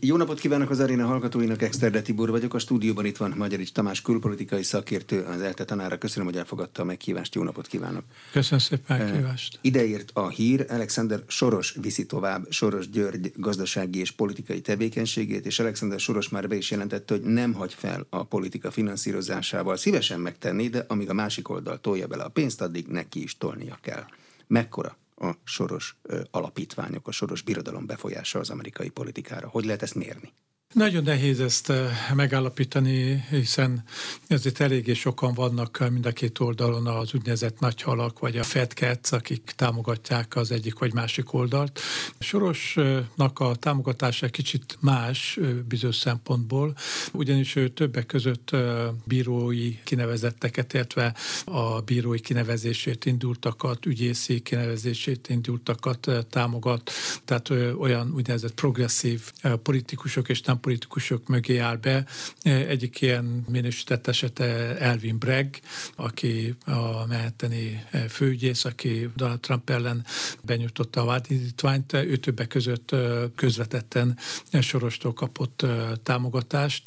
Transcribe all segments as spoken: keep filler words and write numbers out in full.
Jó napot kívánok az aréna hallgatóinak, Exterde Tibor vagyok, a stúdióban itt van Magyarics Tamás külpolitikai szakértő, az ELTE tanára. Köszönöm, hogy elfogadta a meghívást, jó napot kívánok. Köszönöm szépen a meghívást. Ideért a hír, Alexander Soros viszi tovább Soros György gazdasági és politikai tevékenységét, és Alexander Soros már be is jelentette, hogy nem hagy fel a politika finanszírozásával. Szívesen megtenni, de amíg a másik oldal tolja bele a pénzt, addig neki is tolnia kell. Mekkora a Soros ö, alapítványok, a Soros birodalom befolyása az amerikai politikára? Hogy lehet ezt mérni? Nagyon nehéz ezt megállapítani, hiszen ezért eléggé sokan vannak mind a két oldalon, az úgynevezett nagyhalak, vagy a fat cats, akik támogatják az egyik vagy másik oldalt. Sorosnak a támogatása kicsit más bizonyos szempontból, ugyanis ő többek között bírói kinevezetteket, illetve a bírói kinevezését indultakat, ügyészi kinevezését indultakat támogat, tehát olyan úgynevezett progresszív politikusok és nem politikusok mögé áll be. Egyik ilyen minősített esete Alvin Bragg, aki a manhattani főügyész, aki Donald Trump ellen benyújtotta a vádindítványt. Ő többek között közvetetten Sorostól kapott támogatást.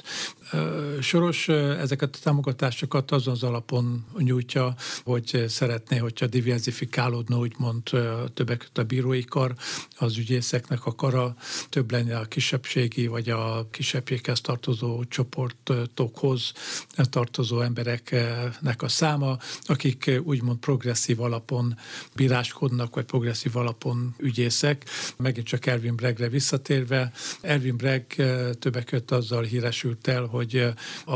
Soros ezeket a támogatásokat azon az alapon nyújtja, hogy szeretné, hogyha diversifikálódna, úgymond többek között a bírói kar, az ügyészeknek a kara, több lenne a kisebbségi vagy a kisebbséghez tartozó csoportokhoz tartozó embereknek a száma, akik úgymond progresszív alapon bíráskodnak, vagy progresszív alapon ügyészek. Megint csak Alvin Braggre visszatérve, Alvin Bragg többek között azzal híresült el, hogy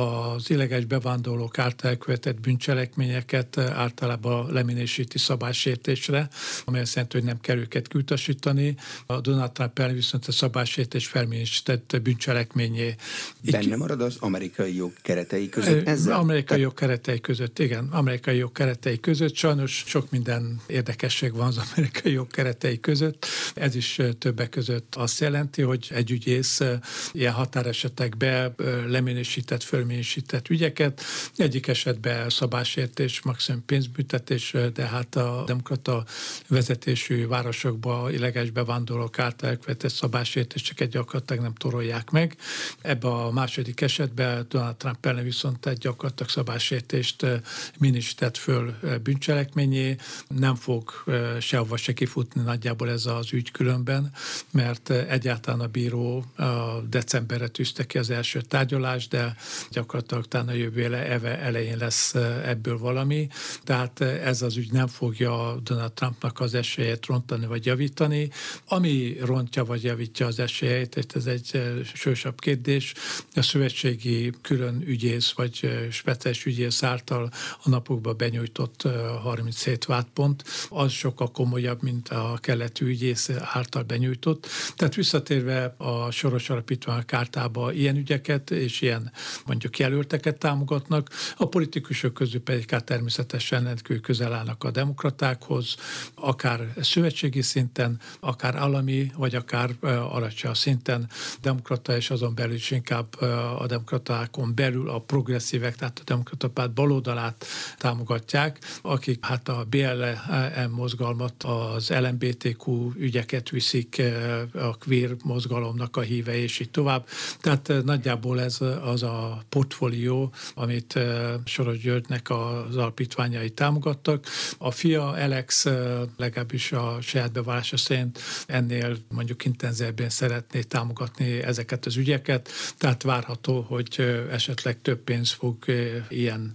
az illegális bevándorlók által elkövetett bűncselekményeket általában leminősíti szabálysértésre, amely azt jelenti, hogy nem kell őket kiutasítani. A Donald Trump ellen viszont a szabálysértés felminősített bűncselekményé. Benne marad az amerikai jog keretei között ezzel? Amerikai Te... jog keretei között, igen. Amerikai jog keretei között. Sajnos sok minden érdekesség van az amerikai jog keretei között. Ez is többek között azt jelenti, hogy egy ügyész ilyen határesetekben leminősített, fölminősített ügyeket, egyik esetben szabálysértés, maximum pénzbüntetés, de hát a demokrata vezetésű városokban illegális bevándorlók által elkövetett szabálysértéseket gyakorlatilag nem torolják meg. Ebben a második esetben Donald Trump ellen viszont egy gyakorlatilag szabálysértést minősített föl bűncselekményé, nem fog sehova se kifutni nagyjából ez az ügy különben, mert egyáltalán a bíró a decemberre tűzte ki az első tárgyalást, de gyakorlatilag utána jövő éve elején lesz ebből valami. Tehát ez az ügy nem fogja Donald Trumpnak az esélyét rontani vagy javítani. Ami rontja vagy javítja az esélyeit, ez egy sősabb kérdés. A szövetségi külön ügyész vagy speciális ügyész által a napokban benyújtott harminchét vádpont, az sokkal komolyabb, mint a keleti ügyész által benyújtott. Tehát visszatérve a Soros Alapítvány kártába ilyen ügyeket és ilyen mondjuk jelölteket támogatnak, a politikusok közül pedig hát természetesen rendkívül közel állnak a demokratákhoz, akár szövetségi szinten, akár állami, vagy akár alacsony szinten, demokrata és azon belül is inkább a demokratákon belül a progresszívek, tehát a demokrata párt baloldalát támogatják, akik hát a bé el em mozgalmat, az el em bé té kú ügyeket viszik, a queer mozgalomnak a híve, és így tovább. Tehát nagyjából ez az a portfólió, amit Soros Györgynek az alapítványai támogattak. A fia Alex legalábbis a saját bevallása szerint ennél mondjuk intenzívebben szeretné támogatni ezeket az ügyeket, tehát várható, hogy esetleg több pénz fog ilyen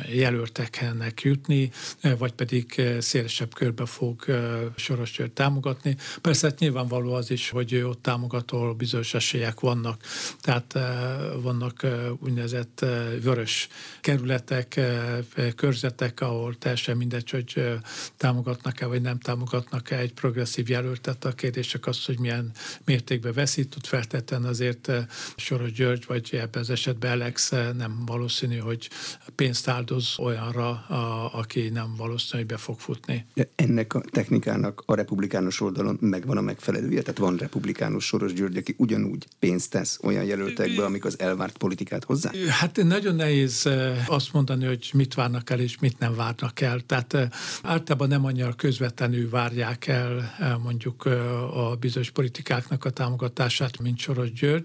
jelölteknek jutni, vagy pedig szélesebb körbe fog Soros György támogatni. Persze hát nyilvánvaló az is, hogy ott támogató bizonyos esélyek vannak, tehát vannak úgynevezett vörös kerületek, körzetek, ahol teljesen mindegy, hogy támogatnak-e vagy nem támogatnak-e egy progresszív jelöltet. A kérdések az, hogy milyen mértékben veszít, ott feltétlenül azért Soros György, vagy ebben az esetben Alex nem valószínű, hogy pénzt áldoz olyanra, a, aki nem valószínű, hogy be fog futni. De ennek a technikának a republikánus oldalon megvan a megfelelője? Tehát van republikánus Soros György, aki ugyanúgy pénzt tesz olyan jelöltekbe, amik az elvárt politikát hozzá? Hát nagyon nehéz azt mondani, hogy mit várnak el, és mit nem várnak el. Tehát általában nem annyira közvetlenül várják el mondjuk a bizonyos politikáknak a támogatását, mint Soros György.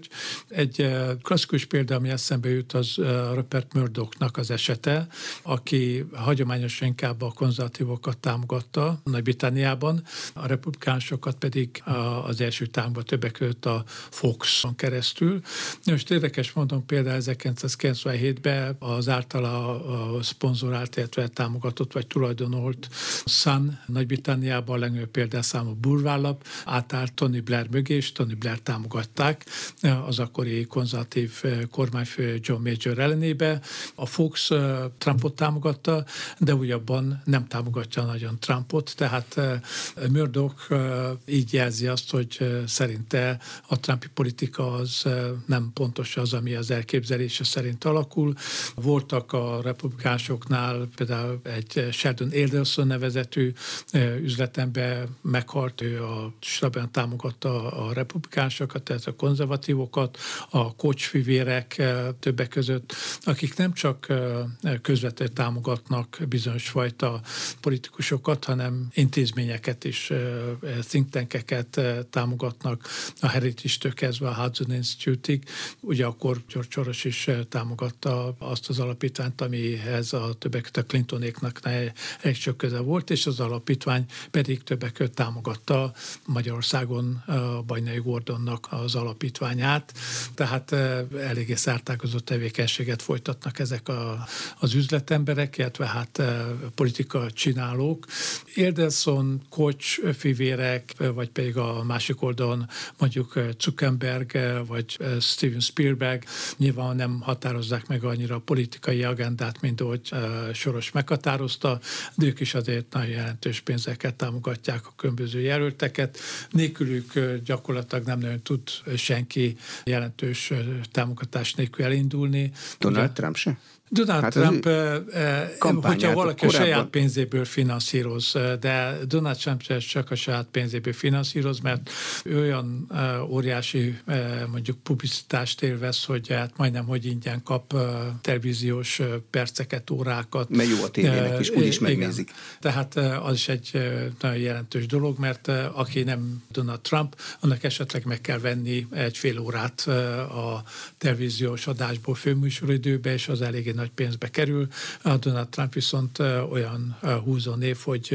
hogy egy klasszikus példa, ami eszembe jut, az Rupert Murdochnak az esete, aki hagyományosan inkább a konzervatívokat támogatta Nagy-Britanniában, a republikánusokat pedig az első támba többek között a Foxon keresztül. Most érdekes mondom, például ezerkilencszázkilencvenhétben az általa a szponzorált, illetve támogatott vagy tulajdonolt Sun Nagy-Britanniában a legnagyobb példászámú burvállap átállt Tony Blair mögé, és Tony Blair támogatták az akkori konzervatív kormányfő John Major ellenébe. A Fox Trumpot támogatta, de újabban nem támogatja nagyon Trumpot, tehát Murdoch így jelzi azt, hogy szerinte a trumpi politika az nem pontos az, ami az elképzelése szerint alakul. Voltak a republikánusoknál például egy Sheldon Adelson nevezetű üzletember meghalt, ő a stabilan támogatta a republikánusokat, tehát a konzervatívokat, a kocsfivérek többek között, akik nem csak közvetlenül támogatnak bizonyos fajta politikusokat, hanem intézményeket is, think tankeket támogatnak, a Heritage-től kezdve a Hudson Institute-ig. Ugye akkor George Soros is támogatta azt az alapítványt, amihez a többek a Clintonéknak elég sok köze volt, és az alapítvány pedig többek között támogatta Magyarországon a Bajnai Gordonnak az alapítványát. Tehát eléggé szertágazó tevékenységet folytatnak ezek a, az üzletemberek, illetve hát politika csinálók. Adelson, Koch fivérek, vagy pedig a másik oldalon mondjuk Zuckerberg, vagy Steven Spielberg nyilván nem határozzák meg annyira a politikai agendát, mint ahogy Soros meghatározta, de ők is azért nagyon jelentős pénzekkel támogatják a különböző jelölteket. Nélkülük gyakorlatilag nem nagyon tud senki jelentős támogatás nélkül elindulni. Donald Trump se? Donald hát Trump, eh, hogyha valaki korábban... a saját pénzéből finanszíroz, de Donald Trump csak a saját pénzéből finanszíroz, mert ő olyan eh, óriási eh, mondjuk publicitást élvez, hogy hát majdnem, hogy ingyen kap eh, televíziós eh, perceket, órákat. Mert jó a tévének is, úgyis megnézik. Tehát eh, az is egy eh, nagyon jelentős dolog, mert eh, aki nem Donald Trump, annak esetleg meg kell venni egy fél órát eh, a televíziós adásból főműsoridőbe, és az eléggé nagy pénzbe kerül. A Donald Trump viszont olyan húzó név, hogy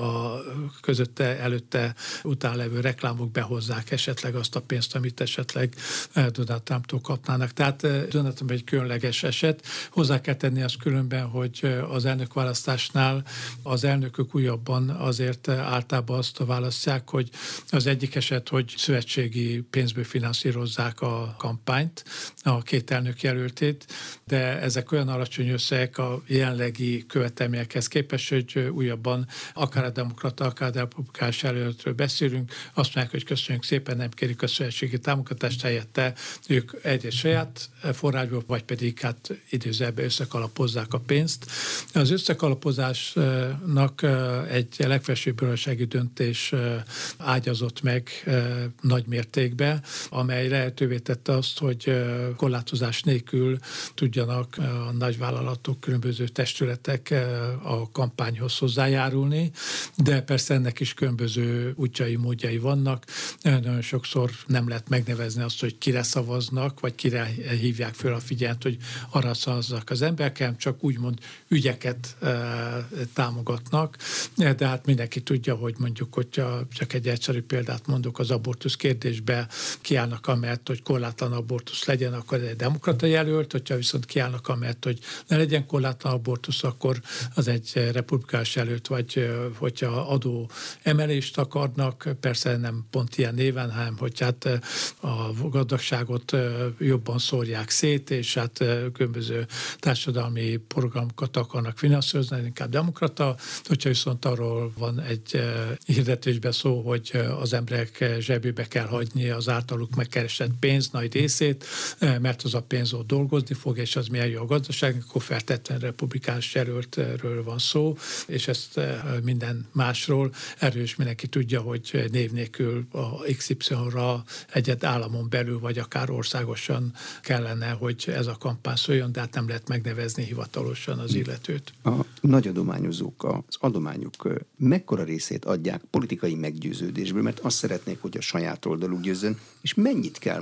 a közötte, előtte, után levő reklámok behozzák esetleg azt a pénzt, amit esetleg Donald Trumptól kapnának. Tehát Donald Trump egy különleges eset. Hozzá kell tenni azt különben, hogy az elnökválasztásnál az elnökök újabban azért általában azt választják, hogy az egyik eset, hogy szövetségi pénzből finanszírozzák a kampányt, a két elnök jelöltét, de ezek olyan alacsony összegek a jelenlegi követelményekhez képest, hogy újabban akár a demokrata, akár a republikánus jelöltről beszélünk, azt mondják, hogy köszönjük szépen, nem kérik a szövetségi támogatást, helyette ők egyrészt saját forrásból, vagy pedig hát időzőben összekalapozzák a pénzt. Az összekalapozásnak egy legfelsőbb bírósági döntés ágyazott meg nagy mértékben, amely lehetővé tette azt, hogy korlátozás nélkül tudjanak a nagyvállalatok, különböző testületek a kampányhoz hozzájárulni, de persze ennek is különböző útjai, módjai vannak. Nagyon sokszor nem lehet megnevezni azt, hogy kire szavaznak, vagy kire hívják föl a figyelmet, hogy arra szavaznak az emberek, csak úgymond ügyeket támogatnak, de hát mindenki tudja, hogy mondjuk, hogyha csak egy egyszerű példát mondok, az abortusz kérdésbe kiállnak amellett, hogy korlátlan abortusz legyen, akkor egy demokrata jelölt, hogyha viszont kiállnak amellett, hogy ne legyen korlátlan abortusz, akkor az egy republikánus jelölt, vagy hogyha adó emelést akarnak, persze nem pont ilyen néven, hanem hogy hát a gazdagságot jobban szórják szét, és hát különböző társadalmi programokat akarnak finanszírozni, inkább demokrata, hogyha viszont arról van egy hirdetésben szó, hogy az emberek zsebébe kell hagyni az általuk megkeresett pénz nagy részét, mert az a pénz ott dolgozni fog, és az milyen jó a gazdaság, akkor feltétlenül republikánus jelöltről van szó, és ezt minden másról erős mindenki tudja, hogy név nélkül a iksz ipszilonra egyet államon belül, vagy akár országosan kellene, hogy ez a kampány szóljon, de hát nem lehet megnevezni hivatalosan az illetőt. A nagy adományozók az adományok mekkora részét adják politikai meggyőződésből, mert azt szeretnék, hogy a saját oldaluk győzzön, és mennyit kell majd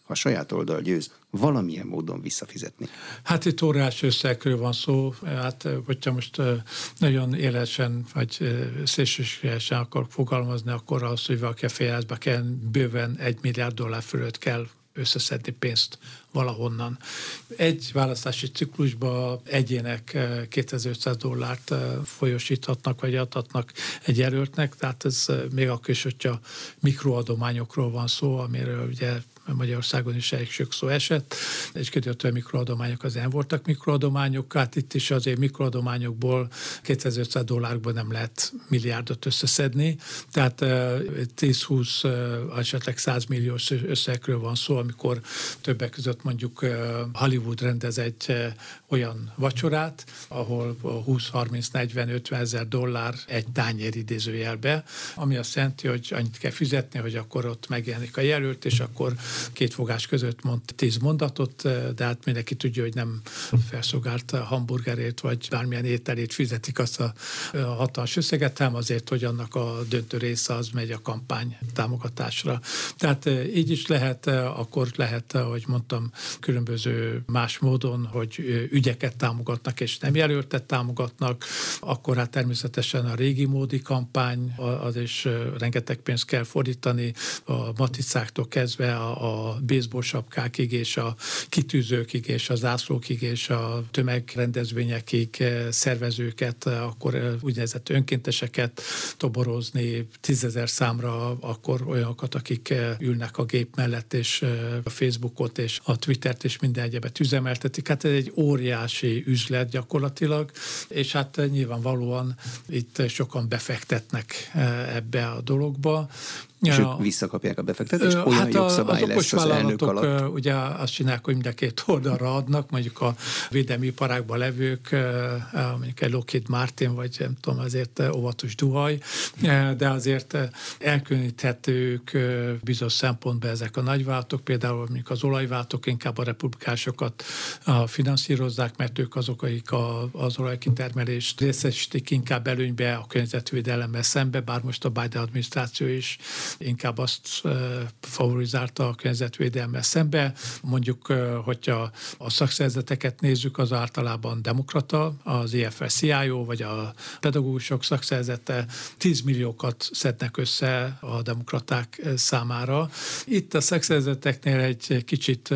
ha a saját oldal győz, valamilyen módon visszafizetni? Hát itt óriási összegről van szó. Hát, hogyha most nagyon élesen vagy szélsőségesen akarok fogalmazni, akkor az, hogy valaki a félházba kell, bőven egy milliárd dollár fölött kell összeszedni pénzt valahonnan. Egy választási ciklusban egyének kétezer-ötszáz dollárt folyosíthatnak, vagy adhatnak egy jelöltnek, tehát ez még akkor is, hogyha mikroadományokról van szó, amiről ugye Magyarországon is elég sok szó esett, és kiderült, hogy a mikroadományok az nem voltak mikroadományok, hát itt is azért mikroadományokból kétezer-ötszáz dollárból nem lehet milliárdot összeszedni, tehát tíz-húsz, esetleg száz milliós összegről van szó, amikor többek között mondjuk Hollywood rendez egy olyan vacsorát, ahol húsz, harminc, negyven, ötven ezer dollár egy tányér idézőjelbe, ami azt jelenti, hogy annyit kell fizetni, hogy akkor ott megjelenik a jelölt, és akkor két fogás között mond tíz mondatot, de hát mindenki tudja, hogy nem felszolgált hamburgerét, vagy bármilyen ételét fizetik azt a hatalmas összeget, hanem azért, hogy annak a döntő része az megy a kampány támogatásra. Tehát így is lehet, akkor lehet, ahogy mondtam, különböző más módon, hogy ügyeket támogatnak, és nem jelöltet támogatnak, akkor hát természetesen a régi módi kampány, az is rengeteg pénzt kell fordítani, a maticáktól kezdve a a baseball sapkákig, és a kitűzőkig, és a zászlókig, és a tömegrendezvényekig szervezőket, akkor úgynevezett önkénteseket toborozni tízezer számra, akkor olyanokat, akik ülnek a gép mellett, és a Facebookot, és a Twittert, és minden egyebet üzemeltetik. Hát ez egy óriási üzlet gyakorlatilag, és hát nyilvánvalóan itt sokan befektetnek ebbe a dologba. És ők visszakapják a befektetést? Olyan hát jogszabály az lesz az elnök alatt? Ugye azt csinálják, hogy mind a két oldalra adnak, mondjuk a védelmi iparágban levők, mondjuk egy Lockheed Martin, vagy nem tudom, azért óvatos duhaj, de azért elkülöníthetők bizonyos szempontból ezek a nagyvállalatok, például mondjuk az olajvállalatok inkább a republikásokat finanszírozzák, mert ők azok, akik az olajkitermelést részesítik inkább előnybe a környezetvédelemmel szembe, bár most a Biden adminisztráció is inkább azt favorizálta a környezetvédelemmel szembe. Mondjuk, hogyha a szakszervezeteket nézzük, az általában demokrata, az I F S C I O, vagy a pedagógusok szakszervezete tíz milliókat szednek össze a demokraták számára. Itt a szakszervezeteknél egy kicsit,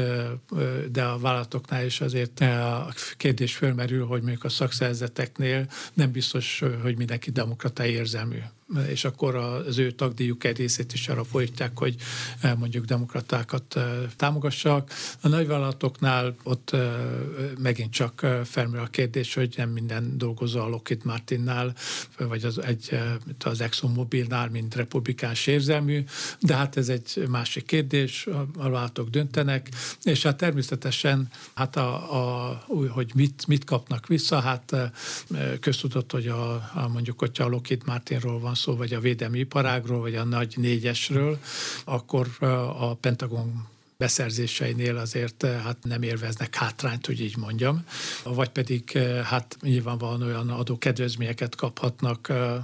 de a vállalatoknál is azért a kérdés fölmerül, hogy mondjuk a szakszervezeteknél nem biztos, hogy mindenki demokrata érzelmű. És akkor az ő tagdíjuk egy részét is arra folytják, hogy mondjuk demokratákat támogassak. A nagyvállalatoknál ott megint csak felmerül a kérdés, hogy nem minden dolgozó a Lockheed Martinnál, vagy az, egy, az ExxonMobilnál, mint republikáns érzelmű, de hát ez egy másik kérdés, a vállalatok döntenek, és hát természetesen, hát a, a, hogy mit, mit kapnak vissza, hát köztudott, hogy a, a mondjuk, hogyha a Lockheed Martinról van szó, vagy a védelmi iparágról, vagy a nagy négyesről, akkor a Pentagon beszerzéseinél azért hát nem élveznek hátrányt, hogy így mondjam. Vagy pedig hát nyilvánvalóan olyan adókedvezményeket kaphatnak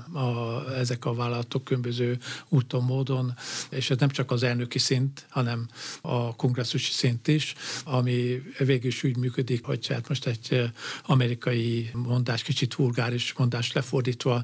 a, ezek a vállalatok különböző úton, módon, és ez nem csak az elnöki szint, hanem a kongresszusi szint is, ami végül is úgy működik, hogy hát most egy amerikai mondás, kicsit vulgáris mondás lefordítva,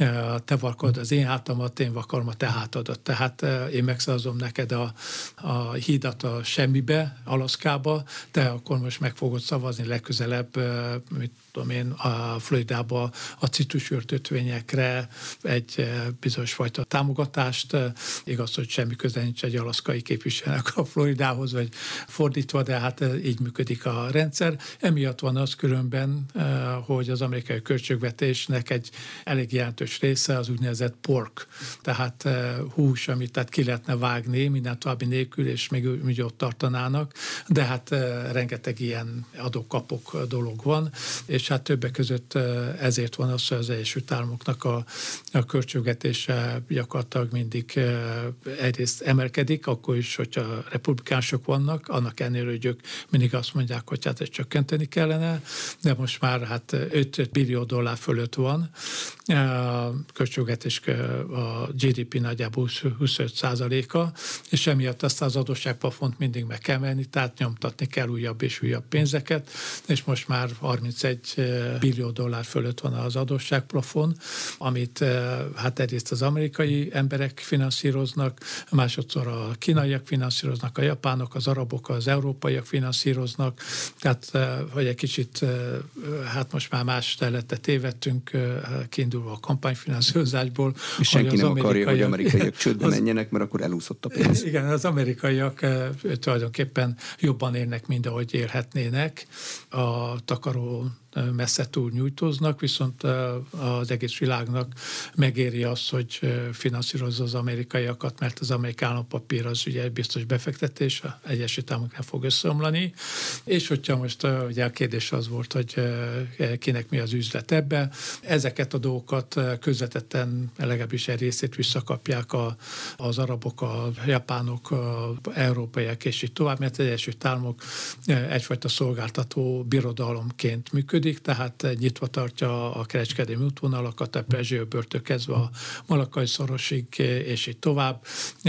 te vakarod az én hátamat, én vakarom a te hátadat. Tehát én megszerzom neked a, a hídat a semmibe, Alaszkába, de akkor most meg fogod szavazni legközelebb, mit tudom én, a Floridába a citrusürtötvényekre egy bizonyos fajta támogatást. Igaz, hogy semmi köze nincs egy alaszkai képviselőnek a Floridához, vagy fordítva, de hát így működik a rendszer. Emiatt van az különben, hogy az amerikai költségvetésnek egy elég jelentős része az úgynevezett pork, tehát hús, amit tehát ki lehetne vágni minden további nélkül, és még úgy ott tartanának, de hát rengeteg ilyen adok-kapok dolog van, és hát többek között ezért van az, hogy az Egyesült Államoknak a, a költségvetése gyakorlatilag mindig egyrészt emelkedik, akkor is, hogyha republikánusok vannak, annak ellenére, hogy ők mindig azt mondják, hogy hát ezt csökkenteni kellene, de most már hát öt billió dollár fölött van. A költségvetés a G D P nagyjából huszonöt százaléka, és emiatt azt az adósságplafont mindig meg kell menni, tehát nyomtatni kell újabb és újabb pénzeket, és most már harmincegy billió dollár fölött van az adósságplafon, amit hát egyrészt az amerikai emberek finanszíroznak, másodszor a kínaiak finanszíroznak, a japánok, az arabok, az európaiak finanszíroznak, tehát hogy egy kicsit, hát most már más területet tévedtünk, kiindulva a kampányfinanszírozásból. És senki nem akarja, hogy amerikaiak csődbe menjenek, mert akkor elúszott a pénz. Igen, az amerikaiak tulajdonképpen jobban élnek, mint ahogy élhetnének. A takaró messze túl nyújtóznak, viszont az egész világnak megéri az, hogy finanszírozza az amerikaiakat, mert az amerikai állampapír az ugye biztos befektetés, az Egyesült Államok nem fog összeomlani, és hogyha most ugye a kérdés az volt, hogy kinek mi az üzlet ebbe, ezeket a dolgokat közvetetten legalábbis egy részét visszakapják a, az arabok, a japánok, az európaiak és így tovább, mert az Egyesült Államok egyfajta szolgáltató birodalomként működik, tehát nyitva tartja a kereskedelmi útvonalakat, a Perzsia-öböltől kezdve a Malakai-szorosig, és így tovább.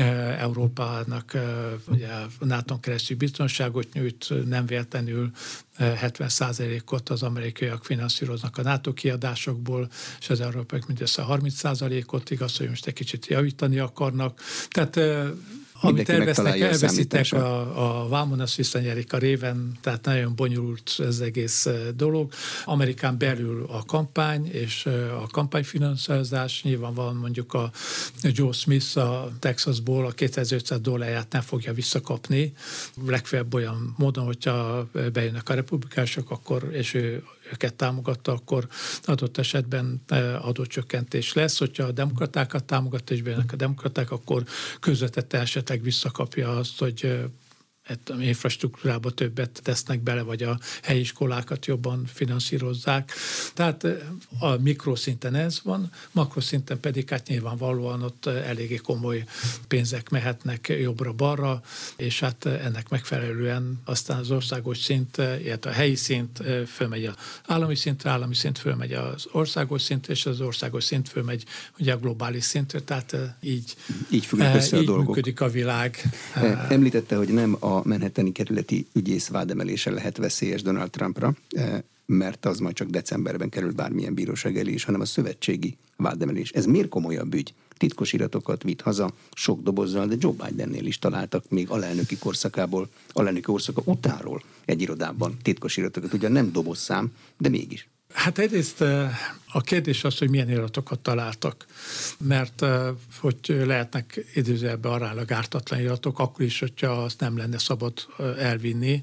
Európának ugye a nátón keresztül biztonságot nyújt, nem véletlenül hetven százalékot az amerikaiak finanszíroznak a NATO kiadásokból, és az európaiak mindössze harminc százalékot, igaz, hogy most egy kicsit javítani akarnak. Tehát amit elvesznek, elveszítek a, a vámon, azt visszanyerik a réven, tehát nagyon bonyolult ez egész dolog. Amerikán belül a kampány és a kampányfinanszírozás, nyilván van mondjuk a Joe Smith a Texasból a kétezer-ötszáz dollárját nem fogja visszakapni, legfeljebb olyan módon, hogyha bejönnek a republikások, akkor, és ő őket támogatta, akkor adott esetben adócsökkentés lesz. Hogyha a demokratákat támogatta, és bejönnek a demokraták, akkor közvetette esetleg visszakapja azt, hogy infrastruktúrába többet tesznek bele, vagy a helyi iskolákat jobban finanszírozzák. Tehát a mikroszinten ez van, makroszinten pedig hát nyilvánvalóan ott eléggé komoly pénzek mehetnek jobbra-balra, és hát ennek megfelelően aztán az országos szint, illetve a helyi szint fölmegy az állami szintre, állami szint fölmegy az országos szintre, és az országos szint fölmegy ugye a globális szintre, tehát így, így függnek össze a így dolgok. működik a világ. Említette, hogy nem a manhattani kerületi ügyész vádemelése lehet veszélyes Donald Trumpra, mert az majd csak decemberben kerül bármilyen bíróság elé is, hanem a szövetségi vádemelés. Ez miért komolyabb ügy? Titkos iratokat vitt haza, sok dobozzal, de Joe Bidennél is találtak még alelnöki korszakából, alelnöki korszaka utánról egy irodában titkos iratokat. Ugyan nem dobozszám, de mégis. Hát egyrészt a kérdés az, hogy milyen iratokat találtak, mert hogy lehetnek idézőjelben aránylag ártatlan iratok, akkor is, hogyha azt nem lenne szabad elvinni,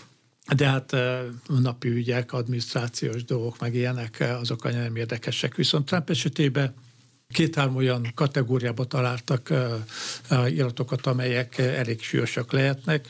de hát napi ügyek, adminisztrációs dolgok, meg ilyenek, azok nem érdekesek. Viszont Trump esetében két-három olyan kategóriába találtak iratokat, amelyek elég súlyosak lehetnek.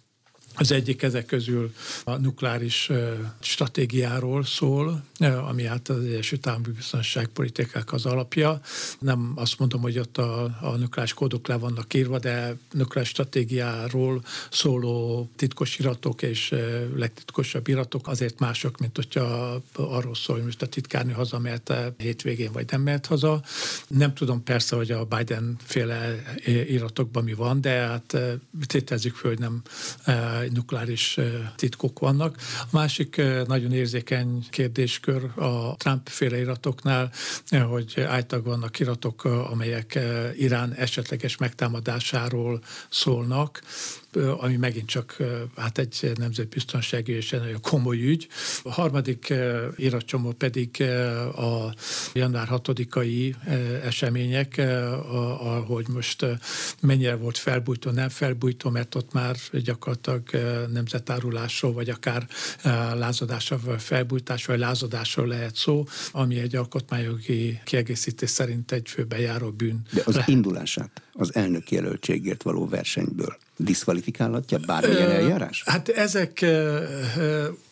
Az egyik ezek közül a nukleáris stratégiáról szól, ami hát az Egyesült Államok biztonságpolitikák az alapja. Nem azt mondom, hogy ott a, a nukleáris kódok le vannak írva, de nukleáris stratégiáról szóló titkos iratok és legtitkosabb iratok azért mások, mint hogyha arról szól, hogy most a titkárnő hazamehet hétvégén, vagy nem mehet haza. Nem tudom persze, hogy a Biden-féle iratokban mi van, de hát tételezzük föl, hogy nem nukleáris titkok vannak. A másik nagyon érzékeny kérdéskör a Trump-féle iratoknál, hogy állítólag vannak iratok, amelyek Irán esetleges megtámadásáról szólnak, ami megint csak hát egy nemzetbiztonsági és egy nagyon komoly ügy. A harmadik iratcsomó pedig a január hatodikai események, ahogy most mennyire volt felbújtó, nem felbújtó, mert ott már gyakorlatilag nemzetárulásról, vagy akár lázadásról, vagy felbújtásról, vagy lázadásról lehet szó, ami egy alkotmányjogi kiegészítés szerint egy főbejáró bűn. De az lehet. Indulását az elnök jelöltségért való versenyből diszkvalifikálhatja bármilyen eljárás? Hát ezek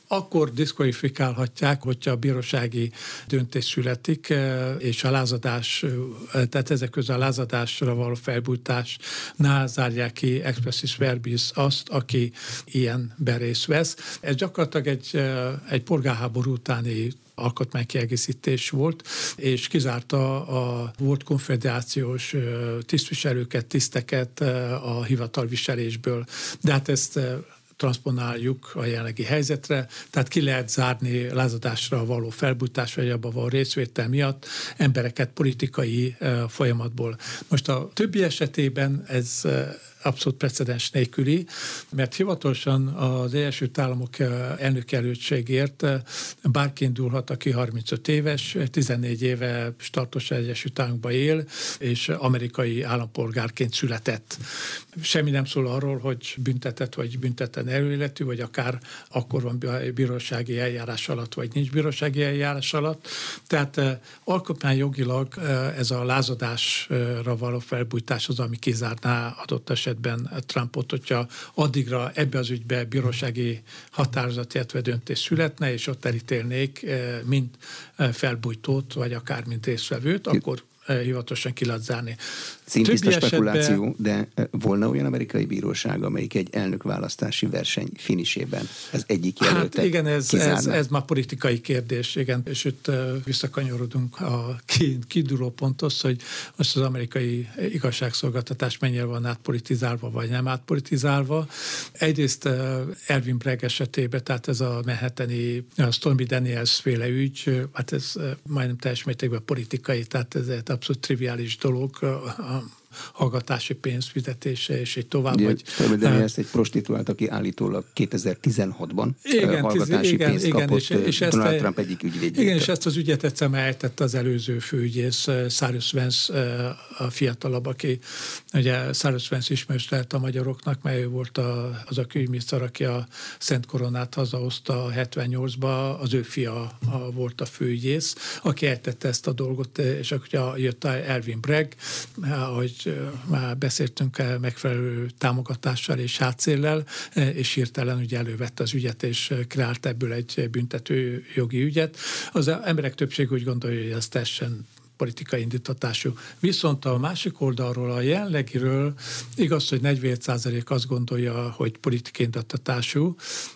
akkor diszkvalifikálhatják, hogyha a bírósági döntés születik, és a lázadás, tehát ezek közül a lázadásra való felbújtásnál zárják ki expressis verbis azt, aki ilyenben részt vesz. Ez gyakorlatilag egy, egy polgárháború utáni alkotmánykiegészítés volt, és kizárta a volt konfederációs tisztviselőket, tiszteket a hivatalviselésből. De hát ezt transzponáljuk a jelenlegi helyzetre, tehát ki lehet zárni lázadásra való felbújtás, vagy abban való részvétel miatt embereket politikai folyamatból. Most a többi esetében ez abszolút precedens nélküli, mert hivatalosan az Egyesült Államok elnökjelöltségért bárki indulhat, aki harmincöt éves, tizennégy éve startos Egyesült Államokban él, és amerikai állampolgárként született. Semmi nem szól arról, hogy büntetett vagy büntetlen előéletű, vagy akár akkor van bírósági eljárás alatt, vagy nincs bírósági eljárás alatt. Tehát alkotmányjogilag ez a lázadásra való felbújtás az, ami kizárná adott esetben Trumpot, hogyha addigra ebbe az ügybe bírósági határozat, illetve döntés születne, és ott elítélnék mind felbújtót, vagy akár mint résztvevőt, akkor hivatalosan ki lehet zárni. Színtiszta spekuláció, esetben... de volna olyan amerikai bíróság, amelyik egy elnökválasztási verseny finisében ez egyik jelöltet Hát igen, ez, ez, ez már politikai kérdés, igen, és itt visszakanyarodunk a kiinduló ponthoz, hogy most az amerikai igazságszolgáltatás mennyire van átpolitizálva, vagy nem átpolitizálva. Egyrészt Alvin Bragg esetében, tehát ez a manhattani Stormy Daniels féle ügy, hát ez majdnem teljes mértékben politikai, tehát ez egy abszolút triviális dolog, a hallgatási pénz fizetése, és így tovább. Ugye, vagy, de ez egy prostituált, aki állítólag kétezer-tizenhatban igen, hallgatási igen, pénzt igen, kapott és, és Donald ezt, Trump egyik ügyvédjétől. Igen, és ezt az ügyet egyszer eltette az előző főügyész, Cyrus Vance, a fiatalabb, aki ugye Cyrus Vance ismerős lehet a magyaroknak, mert ő volt a, az a külügyminiszter, aki a Szent Koronát hazahozta hetvennyolcba, az ő fia a, volt a főügyész, aki eltette ezt a dolgot, és akkor jött Alvin Bragg, ahogy már beszéltünk megfelelő támogatással és hátszéllel, és hirtelen ugye elővette az ügyet, és kreált ebből egy büntető jogi ügyet. Az emberek többség úgy gondolja, hogy ez teljesen politikai indítatású. Viszont a másik oldalról, a jelenlegiről igaz, hogy negyvenhét százalék azt gondolja, hogy politikai indítatású,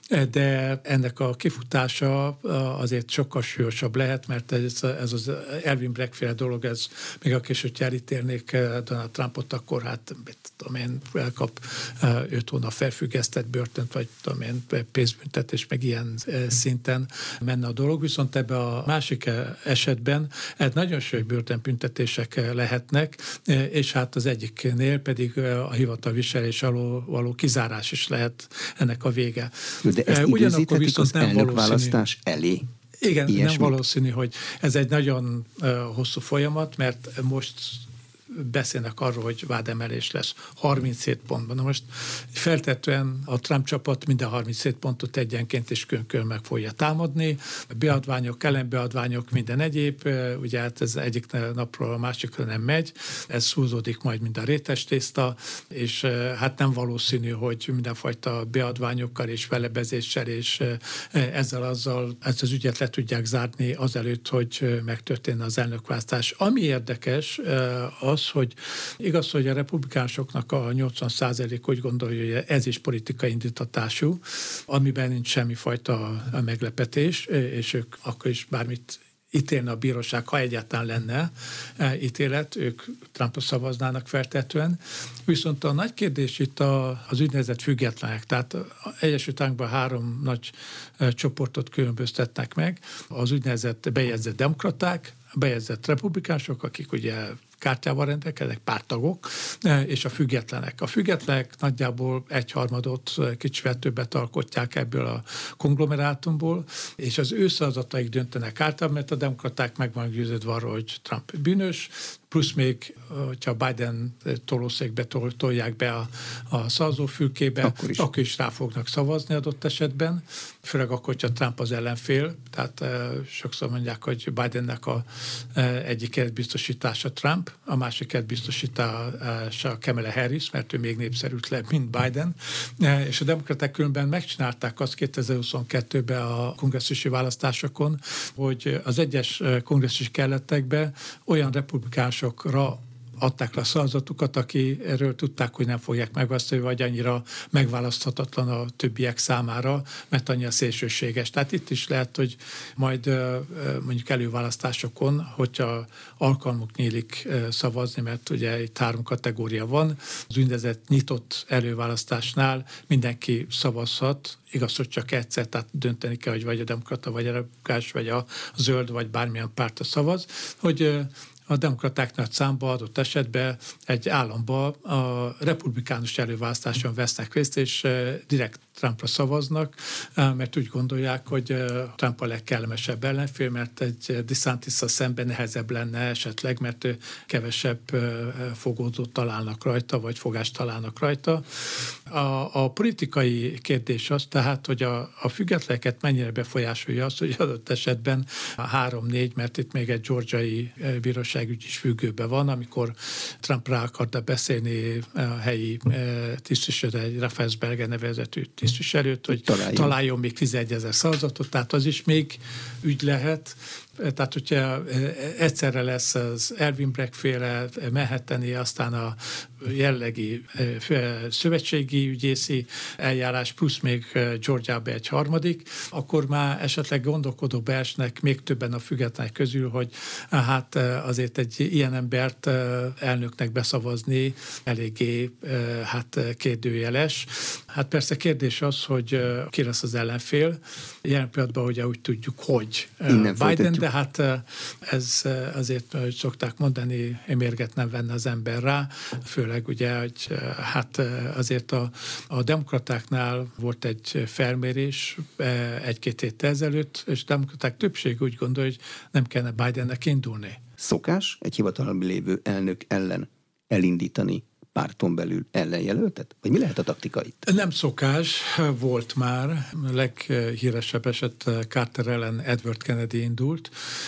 de ennek a kifutása azért sokkal súlyosabb lehet, mert ez, ez az Alvin Bragg-féle dolog, ez még a később elítélnék Donald Trumpot, akkor hát tudom én, elkap öt hónap felfüggesztett börtönt, vagy tudom én, pénzbüntetés, meg ilyen szinten menne a dolog. Viszont ebben a másik esetben ez nagyon súlyos börtönbüntetések lehetnek, és hát az egyiknél pedig a hivatalviselés alól való kizárás is lehet ennek a vége. De ezt ugyanakkor viszont az elnökválasztás elé? Igen, Ilyesmi? Nem valószínű, hogy ez egy nagyon uh, hosszú folyamat, mert most beszélnek arról, hogy vádemelés lesz harminchét pontban. Na most feltetően a Trump csapat minden harminchét pontot egyenként és külön meg fogja támadni. Beadványok, ellenbeadványok, minden egyéb. Ugye hát ez egyik napról a másikra nem megy. Ez húzódik majd mind a rétes tészta, és hát nem valószínű, hogy mindenfajta beadványokkal és felebezéssel és ezzel azzal ezt az ügyet le tudják zárni azelőtt, hogy megtörténne az elnökválasztás. Ami érdekes, az, hogy igaz, hogy a republikánusoknak a nyolcvan százalék úgy gondolja, hogy ez is politikai indítatású, amiben nincs semmifajta meglepetés, és ők akkor is bármit ítélne a bíróság, ha egyáltalán lenne ítélet, ők Trumpra szavaznának feltetően. Viszont a nagy kérdés itt a, az úgynevezett függetlenek, tehát az Egyesült Államokban három nagy csoportot különböztetnek meg, az úgynevezett bejegyzett demokraták, bejegyzett republikánusok, akik ugye kártyával rendelkeznek, párttagok, és a függetlenek. A függetlenek nagyjából egyharmadot, kicsivel többet alkotják ebből a konglomerátumból, és az ő szavazataik döntenek által, mert a demokraták meg vannak győződve arról, hogy Trump bűnös, plusz még, hogyha Biden tolószékbe tol, tolják be a, a szavazófülkébe, akkor is. akkor is rá fognak szavazni adott esetben, főleg akkor, hogyha Trump az ellenfél, tehát e, sokszor mondják, hogy Bidennek a e, egyik biztosítása Trump, a másik biztosítása Kamala Harris, mert ő még népszerűtlen, mint Biden, e, és a demokraták különben megcsinálták azt kétezer-huszonkettőben a kongresszusi választásokon, hogy az egyes kongresszusi kerületekbe olyan republikánusokra adták le a szavazatukat, aki erről tudták, hogy nem fogják megválasztani, vagy annyira megválaszthatatlan a többiek számára, mert annyira szélsőséges. Tehát itt is lehet, hogy majd mondjuk előválasztásokon, hogyha alkalmuk nyílik szavazni, mert ugye itt három kategória van, az úgynevezett nyitott előválasztásnál mindenki szavazhat, igaz, hogy csak egyszer, tehát dönteni kell, hogy vagy a demokrata, vagy a republikánus, vagy a zöld, vagy bármilyen pártra szavaz, hogy a demokraták nagy számba adott esetben egy államba a republikánus előválasztáson vesznek részt, és direkt Trumpra szavaznak, mert úgy gondolják, hogy Trump a legkellemesebb ellenfél, mert egy DeSantis-szal szemben nehezebb lenne esetleg, mert kevesebb fogódót találnak rajta, vagy fogást találnak rajta. A, a politikai kérdés az tehát, hogy a, a függetleneket mennyire befolyásolja az, hogy adott esetben a három-négy, mert itt még egy georgiai bíróságügy is függőben van, amikor Trump rá akarta beszélni a helyi tisztviselőt, egy Raffensperger nevezetű tisztviselőt, hogy találjon, találjon még tizenegyezer szavazatot, tehát az is még ügy lehet. Tehát, hogyha egyszerre lesz az Elvin Bragg féle Manhattani, aztán a jellegi szövetségi ügyészi eljárás, plusz még Georgiába egy harmadik, akkor már esetleg gondolkodó beesnek még többen a függetlenek közül, hogy hát azért egy ilyen embert elnöknek beszavazni eléggé hát kérdőjeles. Hát persze kérdés az, hogy ki lesz az ellenfél. Jelen pillanatban ugye úgy tudjuk, hogy Innen Biden, de hát ez azért, hogy szokták mondani, mérget nem venne az ember rá, főleg ugye, hogy hát azért a, a demokratáknál volt egy felmérés egy-két héttel ezelőtt, és a demokraták többség úgy gondolja, hogy nem kellene Bidennek indulni. Szokás egy hivatalban lévő elnök ellen elindítani párton belül ellenjelöltet? Vagy mi lehet a taktika itt? Nem szokás, volt már. A leghíresebb eset Carter ellen Edward Kennedy indult,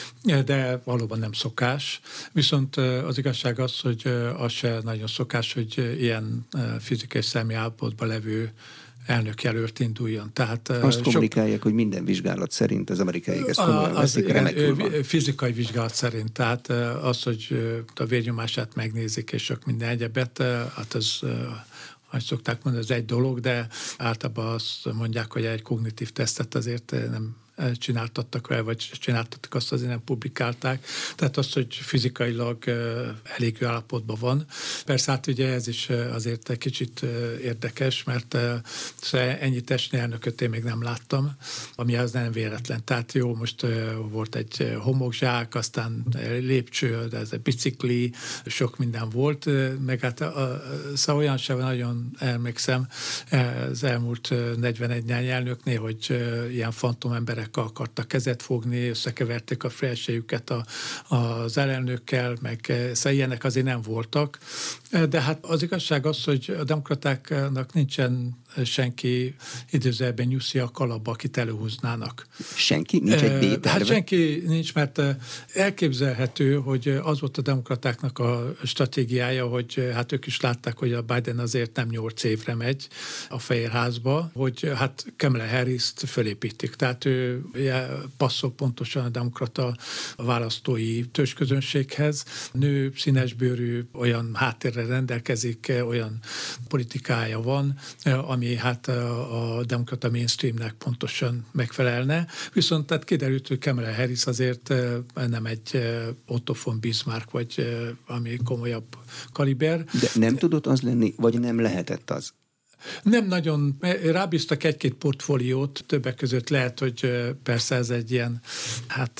de valóban nem szokás. Viszont az igazság az, hogy az se nagyon szokás, hogy ilyen fizikai személy állapotban levő elnökjelölt induljon. Tehát azt kommunikálják, sok... hogy minden vizsgálat szerint az amerikaiak ezt komolyan veszik, remekül van. Fizikai vizsgálat szerint, tehát az, hogy a vérnyomását megnézik, és sok minden egyebet, hát az, ahogy szokták mondani, ez egy dolog, de általában azt mondják, hogy egy kognitív tesztet azért nem csináltattak el, vagy csináltattak, azt azért nem publikálták. Tehát az, hogy fizikailag elég jó állapotban van. Persze hát ugye ez is azért egy kicsit érdekes, mert ennyi testnél elnököt én még nem láttam, ami az nem véletlen. Tehát jó, most volt egy homokzsák, aztán lépcső, de ez egy bicikli, sok minden volt, meg hát a, szóval olyan sem nagyon emlékszem az elmúlt negyvenegy néhány elnöknél, hogy ilyen fantom emberek akartak kezet fogni, összekeverték a felsejüket a, az elnökkel, meg szóval ilyenek azért nem voltak. De hát az igazság az, hogy a demokratáknak nincsen senki időzőben nyuszi a kalapba, akit előhúznának. Senki? Nincs egy B-terve? Hát senki nincs, mert elképzelhető, hogy az volt a demokratáknak a stratégiája, hogy hát ők is látták, hogy a Biden azért nem nyolc évre megy a Fehérházba, hogy hát Kamala Harris-t fölépítik. Tehát ő passzol pontosan a demokrata választói törzsközönséghez. Nő, színesbőrű, olyan háttérre rendelkezik, olyan politikája van, ami hát a demokrata mainstreamnek pontosan megfelelne. Viszont tehát kiderült, hogy Kamala Harris azért nem egy Otto von Bismarck, vagy ami komolyabb kaliber. De nem tudott az lenni, vagy nem lehetett az? Nem nagyon, rábíztak egy-két portfóliót, többek között lehet, hogy persze ez egy ilyen, hát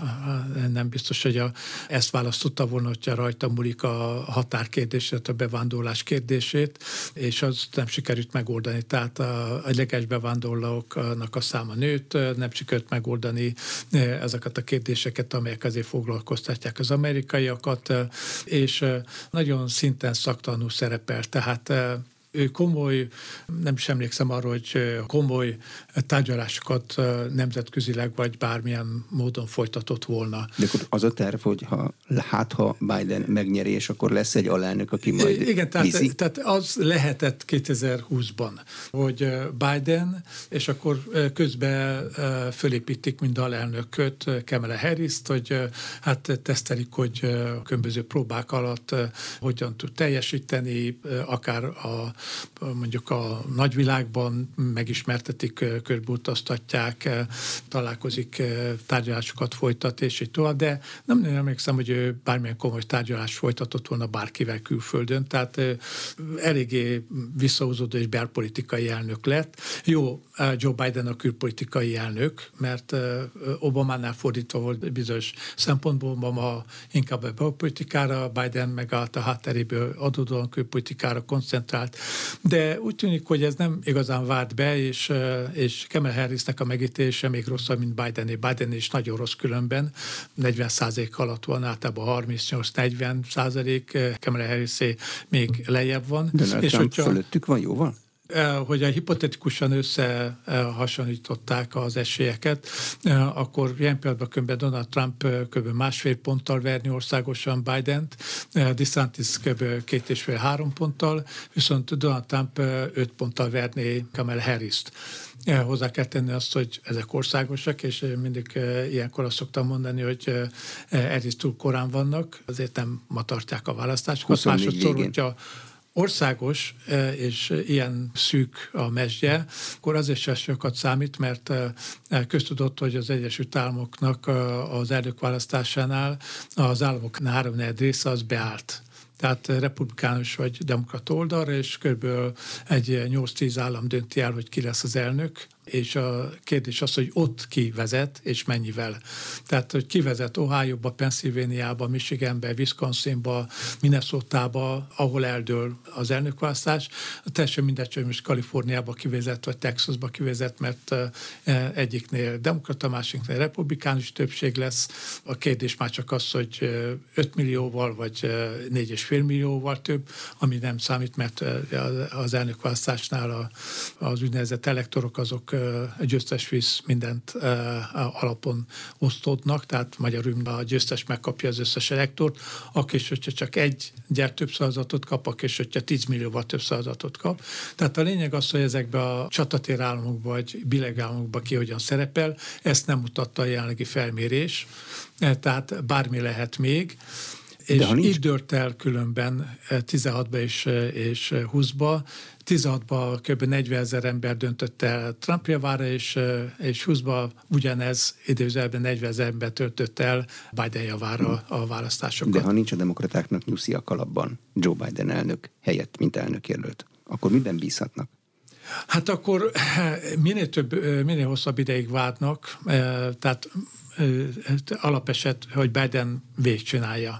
nem biztos, hogy a, ezt választotta volna, hogyha rajta múlik a határkérdését, a bevándorlás kérdését, és az nem sikerült megoldani. Tehát a, a leges bevándorlóknak a száma nőtt, nem sikerült megoldani ezeket a kérdéseket, amelyek azért foglalkoztatják az amerikaiakat, és nagyon szinten szaktalanul szerepel. Tehát ő komoly, nem is emlékszem arra, hogy komoly tárgyalásokat nemzetközileg vagy bármilyen módon folytatott volna. De akkor az a terv, hogy ha, hát ha Biden megnyeri, és akkor lesz egy alelnök, aki majd Igen, viszi? tehát, tehát az lehetett kétezer-húszban, hogy Biden, és akkor közben fölépítik mind alelnököt, Kamala Harrist, hogy hát tesztelik, hogy különböző próbák alatt hogyan tud teljesíteni, akár a mondjuk a nagyvilágban megismertetik, körbeutaztatják, találkozik, tárgyalásokat folytat, és így tovább, de nem nagyon emlékszem, hogy ő bármilyen komoly tárgyalást folytatott volna bárkivel külföldön, tehát eléggé visszahúzódó és belpolitikai elnök lett. Jó, Joe Biden a külpolitikai elnök, mert Obamánál fordítva volt bizonyos szempontból, ma inkább a belpolitikára, Biden megállt a hátteréből adódóan külpolitikára koncentrált. De úgy tűnik, hogy ez nem igazán várt be, és, és Kamala Harrisnek a megítélése még rosszabb, mint Bidené. Biden is nagyon rossz különben, negyven százalék alatt van, általában harmincnyolc-negyven százalék, Kamala Harrisé még lejjebb van. Donald és Trump hogyha, fölöttük van jóval? hogy a hipotetikusan összehasonlították az esélyeket, akkor ilyen pillanatban kb. Donald Trump kb. másfél ponttal verni országosan Bident, DeSantis kb. két és fél három ponttal, viszont Donald Trump öt ponttal verné Kamala Harrist. Hozzá kell tenni azt, hogy ezek országosak, és mindig ilyenkor azt szoktam mondani, hogy egyrészt túl korán vannak, azért nem ma tartják a választásokat. Másodszor, hogyha országos, és ilyen szűk a mezsgye, akkor azért sem sokat számít, mert köztudott, hogy az Egyesült Államoknak az elnökválasztásánál az államok háromnegyed része az beállt. Tehát republikánus vagy demokrata oldalra, és kb. Egy nyolc-tíz állam dönti el, hogy ki lesz az elnök, és a kérdés az, hogy ott ki vezet, és mennyivel. Tehát, hogy ki vezet Ohio-ba, Pennsylvania-ba, Michiganbe, Wisconsinba, Minnesota-ba, ahol eldől az elnökválasztás. Teljesen mindegy, hogy most Kaliforniába kivezet, vagy Texasba kivezet, mert egyiknél demokrata, másiknél republikánus többség lesz. A kérdés már csak az, hogy öt millióval, vagy négy és fél millióval több, ami nem számít, mert az elnökválasztásnál az úgynevezett elektorok azok győztes visz mindent alapon osztódnak, tehát magyarul a győztes megkapja az összes elektort, akkor is, hogyha csak egy gyert több szavazatot kap, akkor is, hogyha tíz millióval több szavazatot kap. Tehát a lényeg az, hogy ezekben a csatatér államokban vagy bileg államokban ki hogyan szerepel, ezt nem mutatta a jelenlegi felmérés, tehát bármi lehet még. És így dőlt el különben tizenhatban és, és húszban. tizenhatban kb. negyvenezer ember döntött el Trump javára, és, és húszban ugyanez időzőben negyvenezer ember töltött el Biden javára a választásokat. De ha nincs a demokratáknak nyuszi a kalapban Joe Biden elnök helyett, mint elnökjelölt, akkor miben bízhatnak? Hát akkor minél több, minél hosszabb ideig várnak, tehát alapeset, hogy Biden végigcsinálja.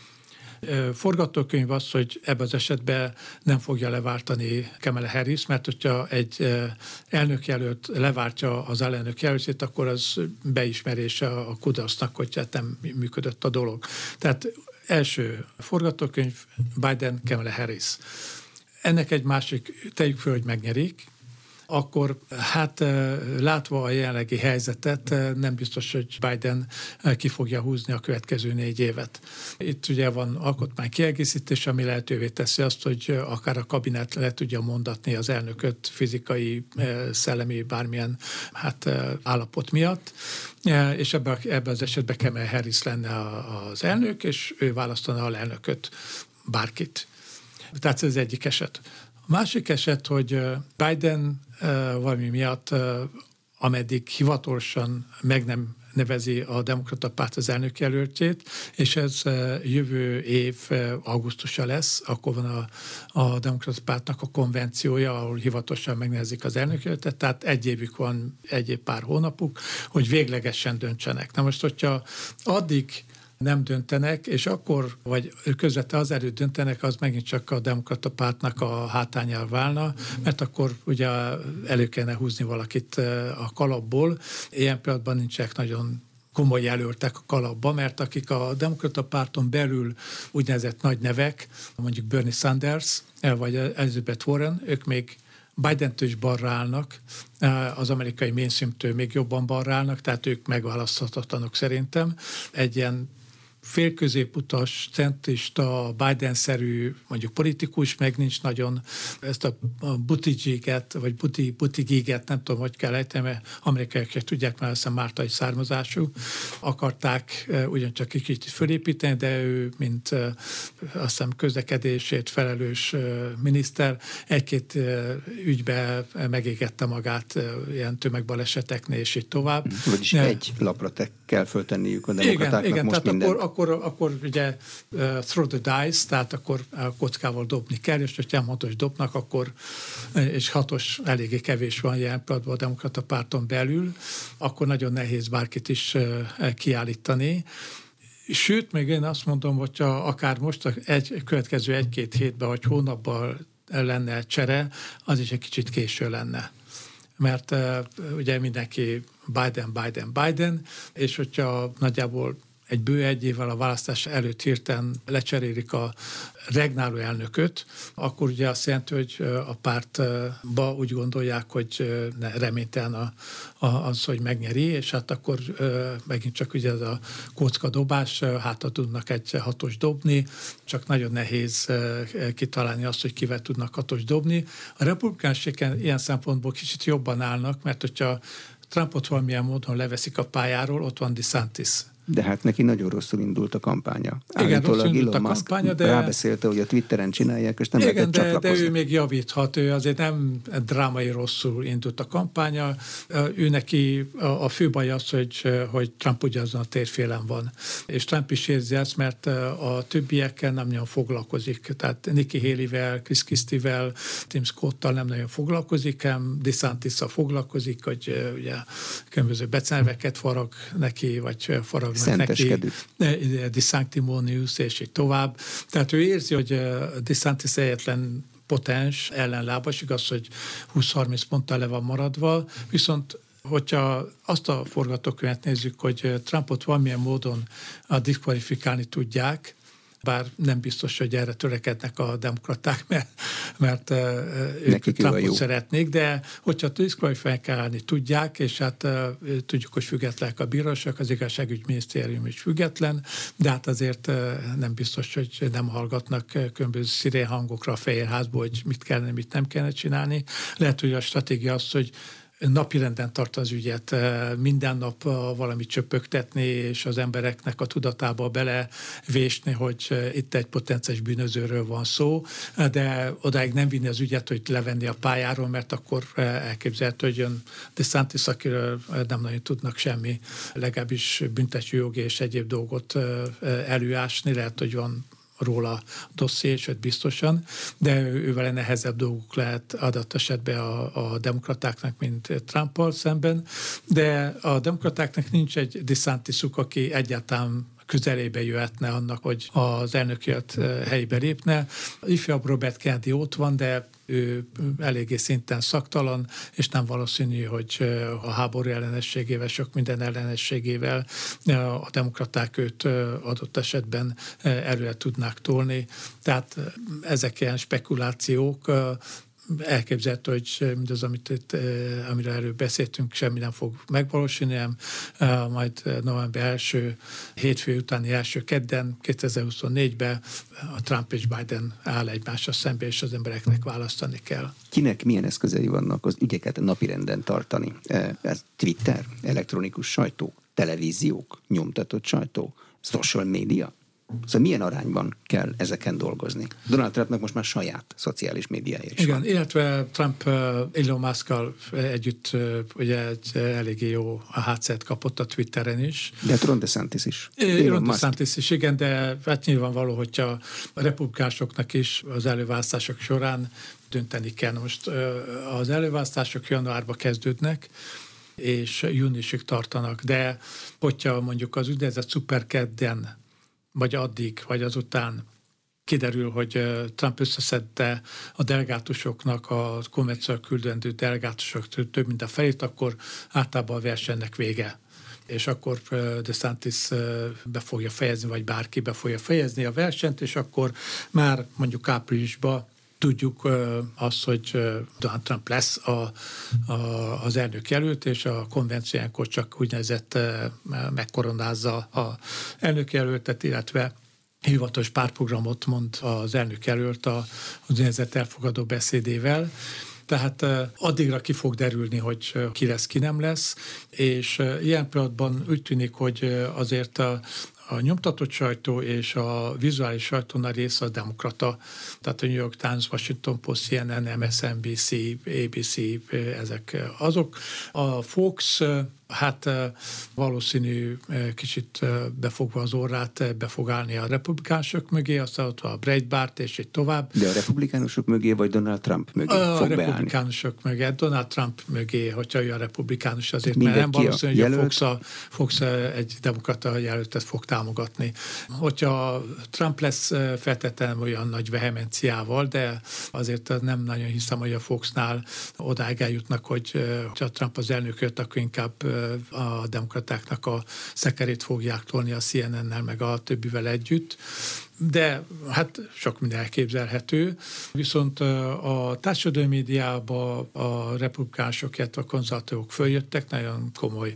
Forgatókönyv az, hogy ebben az esetben nem fogja leváltani Kamala Harris, mert hogyha egy elnökjelölt leváltja az alelnök jelöltjét, akkor az beismerése a kudarcnak, hogy hát nem működött a dolog. Tehát első forgatókönyv Biden, Kamala Harris. Ennek egy másik, tegyük föl, hogy megnyerik, akkor hát látva a jelenlegi helyzetet nem biztos, hogy Biden ki fogja húzni a következő négy évet. Itt ugye van alkotmány kiegészítés, ami lehetővé teszi azt, hogy akár a kabinet le tudja mondatni az elnököt fizikai, szellemi, bármilyen hát, állapot miatt, és ebben ebbe az esetben Kamala Harris lenne az elnök, és ő választaná a elnököt, bárkit. Tehát ez az egyik eset. A másik eset, hogy Biden valami miatt ameddig hivatalosan meg nem nevezi a Demokrata Párt az elnökjelöltjét, és ez jövő év augusztusa lesz, akkor van a, a Demokrata Pártnak a konvenciója, ahol hivatalosan megnevezik az elnökjelöltet, tehát egy évük van, egy év pár hónapuk, hogy véglegesen döntsenek. Na most, hogyha addig nem döntenek, és akkor, vagy közvetlenül azelőtt döntenek, az megint csak a Demokrata Pártnak a hátányára válna, mert akkor ugye elő kellene húzni valakit a kalapból. Ilyen pillanatban nincsenek nagyon komoly jelöltek a kalapba, mert akik a Demokrata Párton belül úgynevezett nagy nevek, mondjuk Bernie Sanders, vagy Elizabeth Warren, ők még Bidentől is balra állnak, az amerikai mainstreamtől még jobban balra állnak, tehát ők megválaszthatatlanok szerintem. Egy ilyen félközéputas, centrista, Biden-szerű mondjuk politikus, meg nincs nagyon ezt a Buttigieget, vagy Buttigieget, nem tudom, hogy kell ejteni, mert amerikaiak se tudják, mert aztán máltai származású, akarták ugyancsak kicsit fölépíteni, de ő, mint azt hiszem közlekedésért felelős miniszter, egy-két ügybe megégette magát ilyen tömegbaleseteknél, és így tovább. Vagyis ne. egy lapra te kell föltenniük a demokratáknak igen, igen, most tehát minden. Akkor, akkor, akkor ugye uh, throw the dice, tehát akkor uh, kockával dobni kell, és hogyha nem hatos dobnak, akkor, és hatos eléggé kevés van jelen pillanatban a Demokrata Párton belül, akkor nagyon nehéz bárkit is uh, kiállítani. Sőt, még én azt mondom, hogyha akár most egy következő egy-két hétben, vagy hónapban lenne csere, az is egy kicsit késő lenne. Mert uh, ugye mindenki Biden, Biden, Biden, és hogyha nagyjából egy bő egy évvel a választás előtt hirtelen lecserélik a regnáló elnököt, akkor ugye azt jelenti, hogy a pártba úgy gondolják, hogy reménytelen a, a, az, hogy megnyeri, és hát akkor megint csak ugye ez a kockadobás, hátra tudnak egy hatos dobni, csak nagyon nehéz kitalálni azt, hogy kivel tudnak hatos dobni. A republikánusok ilyen szempontból kicsit jobban állnak, mert hogyha Trumpot valamilyen módon leveszik a pályáról, ott van DeSantis. De hát neki nagyon rosszul indult a kampánya. Igen, rosszul indult a kampánya, de... rábeszélte, hogy a Twitteren csinálják, és nem igen, lehetett de, csatlakozni. de ő még javíthat, ő azért nem drámai rosszul indult a kampánya. Ő neki a, a fő baj az, hogy, hogy Trump ugyanazon a térfélen van. És Trump is érzi ezt, mert a többiekkel nem nagyon foglalkozik. Tehát Nikki Haley-vel, Chris Christie-vel, Tim Scott-tal nem nagyon foglalkozik, hanem DeSantis-szal foglalkozik, hogy ugye különböző beceneveket farag neki, vagy farag szenteskedő. DeSanctimonious, és így tovább. Tehát ő érzi, hogy DeSantis egyetlen potens ellenlábas, igaz, hogy húsz-harminc ponttal le van maradva, viszont hogyha azt a forgatókönyvet nézzük, hogy Trumpot valamilyen módon diszkvalifikálni tudják, bár nem biztos, hogy erre törekednek a demokraták, mert, mert ők Trumpot szeretnék, de hogyha diszkvalifikálni tudják, és hát tudjuk, hogy függetlenek a bíróság, az igazságügyminisztérium is független, de hát azért nem biztos, hogy nem hallgatnak különböző szirén hangokra a Fehérházból, hogy mit kellene, mit nem kellene csinálni. Lehet, hogy a stratégia az, hogy napirenden tart az ügyet, minden nap valamit csöpögtetni, és az embereknek a tudatába belevésni, hogy itt egy potenciális bűnözőről van szó, de odáig nem vinni az ügyet, hogy levenni a pályáról, mert akkor elképzelhető, hogy jön DeSantis, akiről nem nagyon tudnak semmi, legalábbis büntetőjogi és egyéb dolgot előásni, lehet, hogy van róla dosszié, sőt biztosan, de ővele nehezebb dolguk lehet adott esetben a, a demokratáknak, mint Trumpal szemben, de a demokratáknak nincs egy DeSantisuk, aki egyáltalán közelébe jöhetne annak, hogy az elnökjöt helyébe lépne. Ifjabb Robert Kennedy ott van, de ő eléggé szinten szaktalan, és nem valószínű, hogy a háború ellenességével, sok minden ellenességével a demokraták őt adott esetben előre tudnák tolni. Tehát ezek ilyen spekulációk, elképzelhető, hogy mindaz, amit itt, amire előbb beszéltünk, semmi nem fog megvalósulni, hanem majd november első, hétfő utáni első kedden, kétezer-huszonnégyben a Trump és Biden áll egymásra szembe, és az embereknek választani kell. Kinek milyen eszközei vannak az ügyeket napirenden tartani? Ez Twitter, elektronikus sajtó, televíziók, nyomtatott sajtó, social media? Szóval milyen arányban kell ezeken dolgozni? Donald Trumpnak most már saját szociális médiája is Igen, van. illetve Trump Elon Musk-kal együtt ugye egy eléggé jó hátszert kapott a Twitteren is. De Ron DeSantis is. Ron DeSantis is, igen, de hát nyilvánvaló, hogyha a republikánusoknak is az előválasztások során dönteni kell. Most az előválasztások januárba kezdődnek, és júniusig tartanak, de hogyha mondjuk az úgynevezett szuperkedden, vagy addig, vagy azután kiderül, hogy Trump összeszedte a delegátusoknak, a konvencióra küldendő delegátusok több mint a felét, akkor általában a versenynek vége. És akkor DeSantis be fogja fejezni, vagy bárki be fogja fejezni a versenyt, és akkor már mondjuk áprilisban tudjuk azt, hogy Donald Trump lesz a, a, az elnök jelölt, és a konvenciónkor csak úgynevezett megkoronázza a elnök jelöltet, illetve hivatalos pártprogramot mond az elnök jelölt az úgynevezett elfogadó beszédével. Tehát addigra ki fog derülni, hogy ki lesz, ki nem lesz, és ilyen pillanatban úgy tűnik, hogy azért a A nyomtatott sajtó és a vizuális sajtónál része a demokrata, tehát a New York Times, Washington Post, C N N, M S N B C, A B C, ezek azok. A Fox, hát valószínű kicsit befogva az orrát, be fog állni a republikánusok mögé, aztán ott van a Breitbart, és így tovább. De a republikánusok mögé, vagy Donald Trump mögé a fog beállni? A republikánusok mögé, Donald Trump mögé, hogyha ő a republikánus, azért, mert nem valószínű, hogy a Fox, a Fox egy demokrata jelöltet fog támogatni. Hogyha Trump lesz, feltétlenül olyan nagy vehemenciával, de azért nem nagyon hiszem, hogy a Foxnál odáig eljutnak, hogy ha Trump az elnököt, akkor inkább a demokratáknak a szekerét fogják tolni a C N N-nel, meg a többivel együtt. De hát sok minden elképzelhető. Viszont a társadalmi médiában a republikánusok, illetve a konzervatívok följöttek, nagyon komoly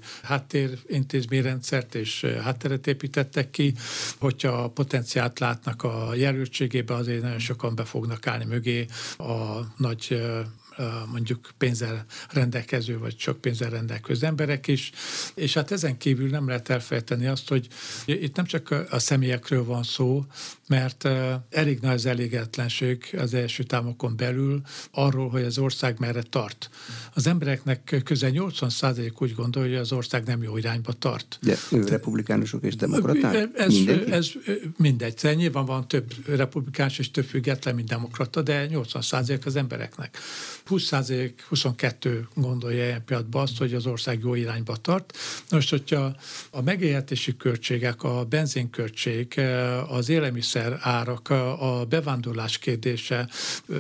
háttérintézményrendszert és hátteret építettek ki. Hogyha potenciált látnak a jelöltségébe, azért nagyon sokan be fognak állni mögé a nagy mondjuk pénzzel rendelkező, vagy sok pénzzel rendelkező emberek is. És hát ezen kívül nem lehet elfelejteni azt, hogy itt nem csak a személyekről van szó, mert elég nagy az elégedetlenség az Egyesült Államokon belül arról, hogy az ország merre tart. Az embereknek közel nyolcvan százalék úgy gondolja, hogy az ország nem jó irányba tart. De ő republikánusok és demokraták? Ez, ez mindegy. Tehát nyilván van több republikánus és több független, mint demokrata, de nyolcvan százalék az embereknek. húsz százalék, huszonkettő gondolja ilyen pillanatban azt, hogy az ország jó irányba tart. Most, hogyha a megélhetési költségek, a benzinköltség, az élelmiszer árak, a bevándorlás kérdése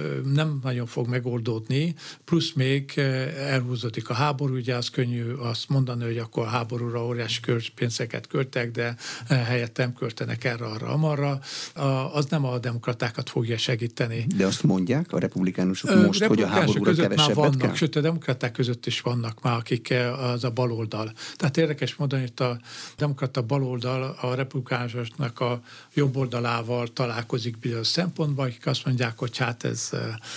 nem nagyon fog megoldódni, plusz még elhúzódik a háború, ugye az könnyű azt mondani, hogy akkor a háborúra óriási pénzeket költek, de helyett nem költenek erre, arra, amarra. Az nem a demokratákat fogja segíteni. De azt mondják a republikánusok most, hogy a háborúra kevesebbet vannak, kell? Sőt, a demokraták között is vannak már, akik az a baloldal. Tehát érdekes módon itt a demokrata baloldal a republikánusoknak a jobb oldalával találkozik bizonyos szempontban, akik azt mondják, hogy hát ez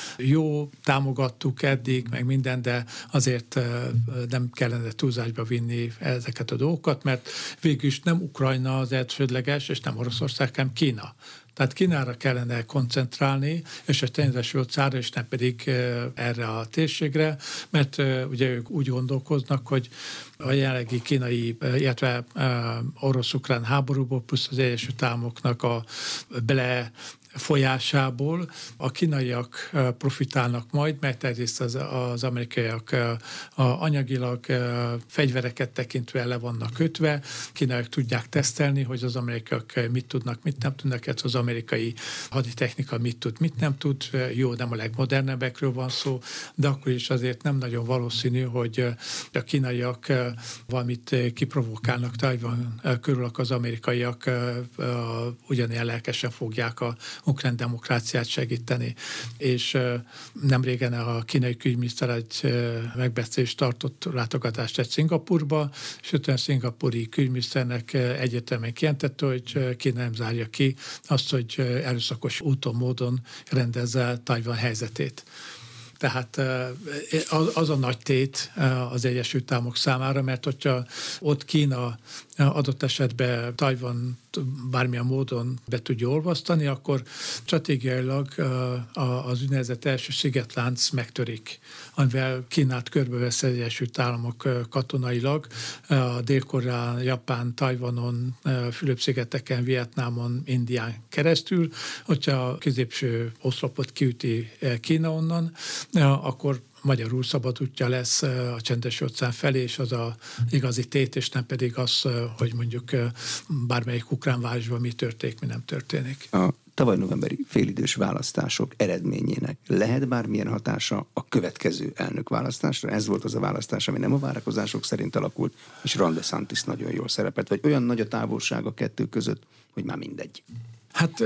jó, támogattuk eddig, meg minden, de azért nem kellene túlzásba vinni ezeket a dolgokat, mert végülis nem Ukrajna az elsődleges, és nem Oroszország, hanem Kína. Tehát Kínára kellene koncentrálni, és a Egyesült és nem pedig erre a térségre, mert ugye ők úgy gondolkoznak, hogy a jelenlegi kínai, illetve orosz-ukrán háborúból, plusz az Egyesült Államoknak a bele folyásából a kínaiak profitálnak majd, mert egyrészt az, az amerikaiak a anyagilag fegyvereket tekintve le vannak kötve, kínaiak tudják tesztelni, hogy az amerikaiak mit tudnak, mit nem tudnak, ez az amerikai haditechnika mit tud, mit nem tud. Jó, nem a legmodernebbekről van szó, de akkor is azért nem nagyon valószínű, hogy a kínaiak valamit kiprovokálnak Tajvan körül, az amerikaiak ugyanilyen lelkesen fogják a ukrán demokráciát segíteni. És nem régen a kínai külügyminiszter egy megbeszélést tartott, látogatást egy Szingapurba, és utána a szingapúri külügyminiszternek egyetemen kijelentette, hogy Kína nem zárja ki azt, hogy erőszakos úton, módon rendezze Tajvan helyzetét. Tehát az a nagy tét az Egyesült Államok számára, mert hogyha ott Kína adott esetben Tajvan bármilyen módon be tudja olvasztani, akkor stratégiailag az úgynevezett első szigetlánc megtörik, amivel Kínát körbevesz az Egyesült Államok katonailag, a Dél-Koreán, Japán, Tajvanon, Fülöp-szigeteken, Vietnámon, Indián keresztül. Hogyha a középső oszlopot kiüti Kína onnan, akkor magyarul szabad útja lesz a Csendes-óceán felé, és az a igazi tét, és nem pedig az, hogy mondjuk bármelyik ukrán városban mi történik, mi nem történik. A tavaly novemberi félidős választások eredményének lehet bármilyen hatása a következő elnökválasztásra? Ez volt az a választás, ami nem a várakozások szerint alakult, és Ron DeSantis nagyon jól szerepelt, vagy olyan nagy a távolság a kettő között, hogy már mindegy. Hát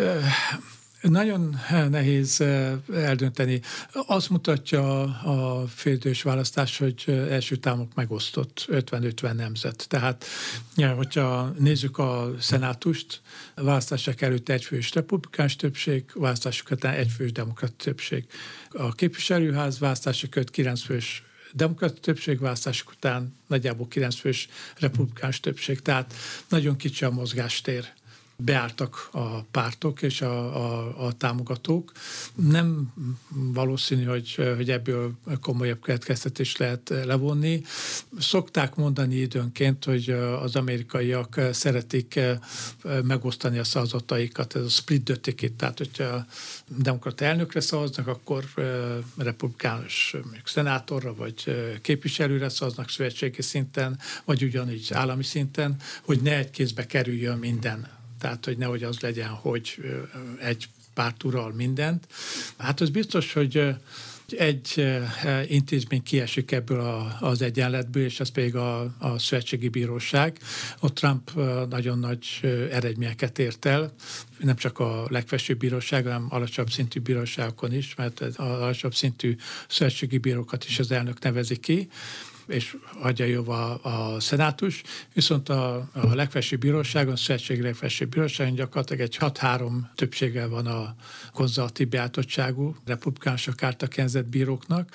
nagyon nehéz eldönteni. Azt mutatja a félidős választás, hogy első támok megosztott, ötven-ötven nemzet. Tehát, hogyha nézzük a szenátust, választások előtt egyfős republikánus többség, választások után egyfős demokrata többség. A képviselőház választások között kilencfős demokrata többség, választások után nagyjából kilencfős republikánus többség. Tehát nagyon kicsi a mozgástér. Beálltak a pártok és a, a, a támogatók. Nem valószínű, hogy, hogy ebből komolyabb következtetést lehet levonni. Szokták mondani időnként, hogy az amerikaiak szeretik megosztani a szavazataikat, ez a split the ticket, tehát hogyha demokrata elnökre szavaznak, akkor republikánus szenátorra vagy képviselőre szavaznak szövetségi szinten, vagy ugyanígy állami szinten, hogy ne egy kézbe kerüljön minden. Tehát, hogy nehogy az legyen, hogy egy párt ural mindent. Hát az biztos, hogy egy intézmény kiesik ebből az egyenletből, és ez pedig a, a szövetségi bíróság. Ott Trump nagyon nagy eredményeket ért el, nem csak a legfelsőbb bíróság, hanem alacsonyabb szintű bíróságokon is, mert az alacsonyabb szintű szövetségi bírókat is az elnök nevezi ki, és hagyja jóvá a szenátus, viszont a, a legfelsőbb bíróságon, a szövetségi legfelsőbb bíróságon gyakorlatilag egy hat-három többséggel van a konzervatív beállítottságú republikánusok által kenzett bíróknak,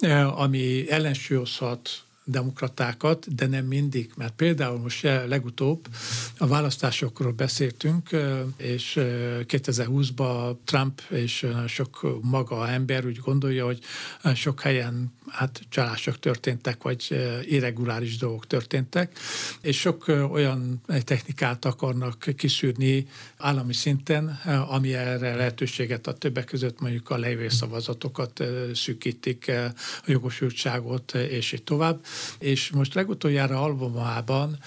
ami ellensúlyozhat demokratákat, de nem mindig, mert például most legutóbb a választásokról beszéltünk, és kétezer-húszban Trump és sok maga ember úgy gondolja, hogy sok helyen hát csalások történtek, vagy irreguláris dolgok történtek, és sok olyan technikát akarnak kiszűrni állami szinten, ami erre lehetőséget ad, többek között mondjuk a levészavazatokat szűkítik, a jogosultságot, és így tovább. És most legutoljára Alabamában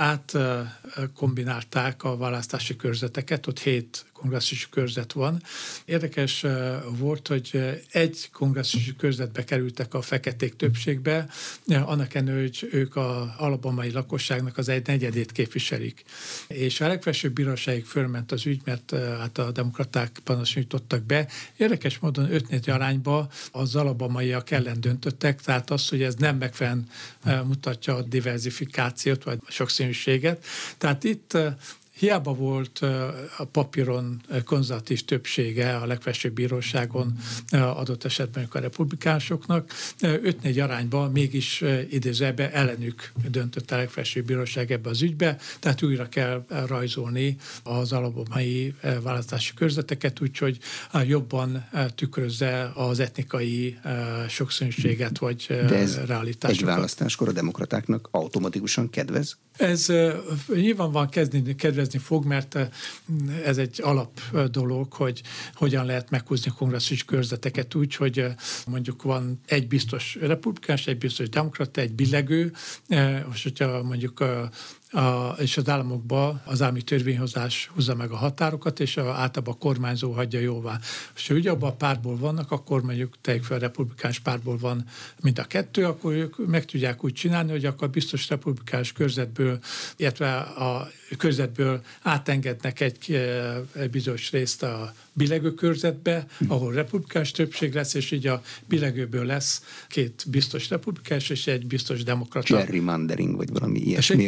átkombinálták a választási körzeteket, ott hét kongresszusi körzet van. Érdekes volt, hogy egy kongresszusi körzetbe kerültek a feketék többségbe, annak ellenére, hogy ők az alabamai lakosságnak az egy negyedét képviselik. És a legfelsőbb bíróságig fölment az ügy, mert hát a demokraták panaszt nyújtottak be. Érdekes módon öt-négy arányba az alabamaiak ellen döntöttek, tehát az, hogy ez nem megfelelően mutatja a diverzifikációt, vagy a sokszínűséget. Tehát itt hiába volt a papíron konzervatív többsége a legfelsőbb bíróságon adott esetben a republikánusoknak, öt-négy arányban mégis idézőjelben ellenük döntött a legfelsőbb bíróság ebbe az ügybe, tehát újra kell rajzolni az alabamai választási körzeteket, úgyhogy jobban tükrözze az etnikai sokszínűséget vagy realitásokat. Egy választáskor a demokratáknak automatikusan kedvez? Ez nyilván van kezdeni, kedvezni fog, mert ez egy alap dolog, hogy hogyan lehet meghúzni kongresszus körzeteket úgy, hogy mondjuk van egy biztos republikánus, egy biztos demokrata, egy billegő, és hogyha mondjuk a A, és az államokban az állami törvényhozás húzza meg a határokat, és a, általában a kormányzó hagyja jóvá. És ha ugye abban a pártból vannak, akkor mondjuk tegyük fel, a republikáns pártból van mind a kettő, akkor ők meg tudják úgy csinálni, hogy akkor biztos republikáns körzetből, illetve a körzetből átengednek egy, egy bizonyos részt a billegő körzetbe, ahol republikáns többség lesz, és így a billegőből lesz két biztos republikáns és egy biztos demokrata. Gerrymandering, vagy valami ilyesmi, a gerrymandering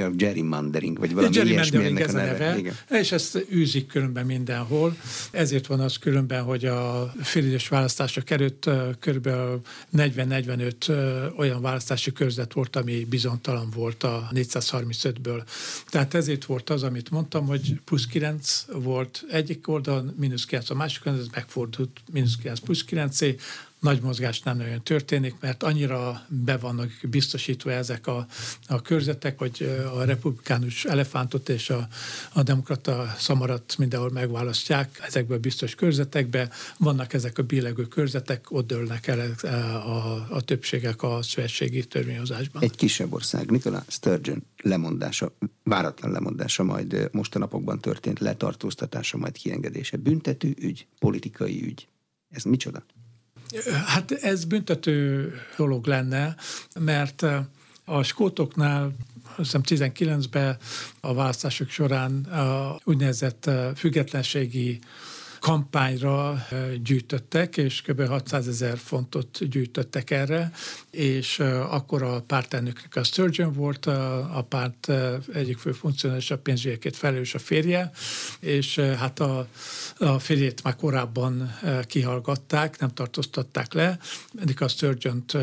gerrymandering, vagy valami ilyesmi ennek a neve. neve. Igen. És ezt űzik különben mindenhol. Ezért van az különben, hogy a félidős választások előtt körülbelül negyven-negyvenöt olyan választási körzet volt, ami bizonytalan volt a négyszázharmincötből. Tehát ezért volt az, amit mondtam, hogy plusz kilenc volt egyik oldalon, mínusz kilenc a másikon, ez megfordult mínusz kilenc plusz kilencé. Nagy mozgás nem nagyon történik, mert annyira be vannak biztosítva ezek a, a körzetek, hogy a republikánus elefántot és a, a demokrata szamarat mindenhol megválasztják ezekből biztos körzetekbe. Vannak ezek a billegő körzetek, ott dőlnek el a, a, a többségek a szövetségi törvényhozásban. Egy kisebb ország, Nicola Sturgeon lemondása, váratlan lemondása, majd mostanapokban történt letartóztatása, majd kiengedése. Büntető ügy, politikai ügy. Ez micsoda? Hát ez büntető dolog lenne, mert a skótoknál azt hiszem tizenkilencben a választások során a úgynevezett függetlenségi kampányra gyűjtöttek, és kb. hatszázezer fontot gyűjtöttek erre, és akkor a pártelnöknek a Sturgeon volt, a párt egyik fő funkcionális, a pénzügyekért felelős a férje, és hát a, a férjét már korábban kihallgatták, nem tartóztatták le, eddig a Sturgeont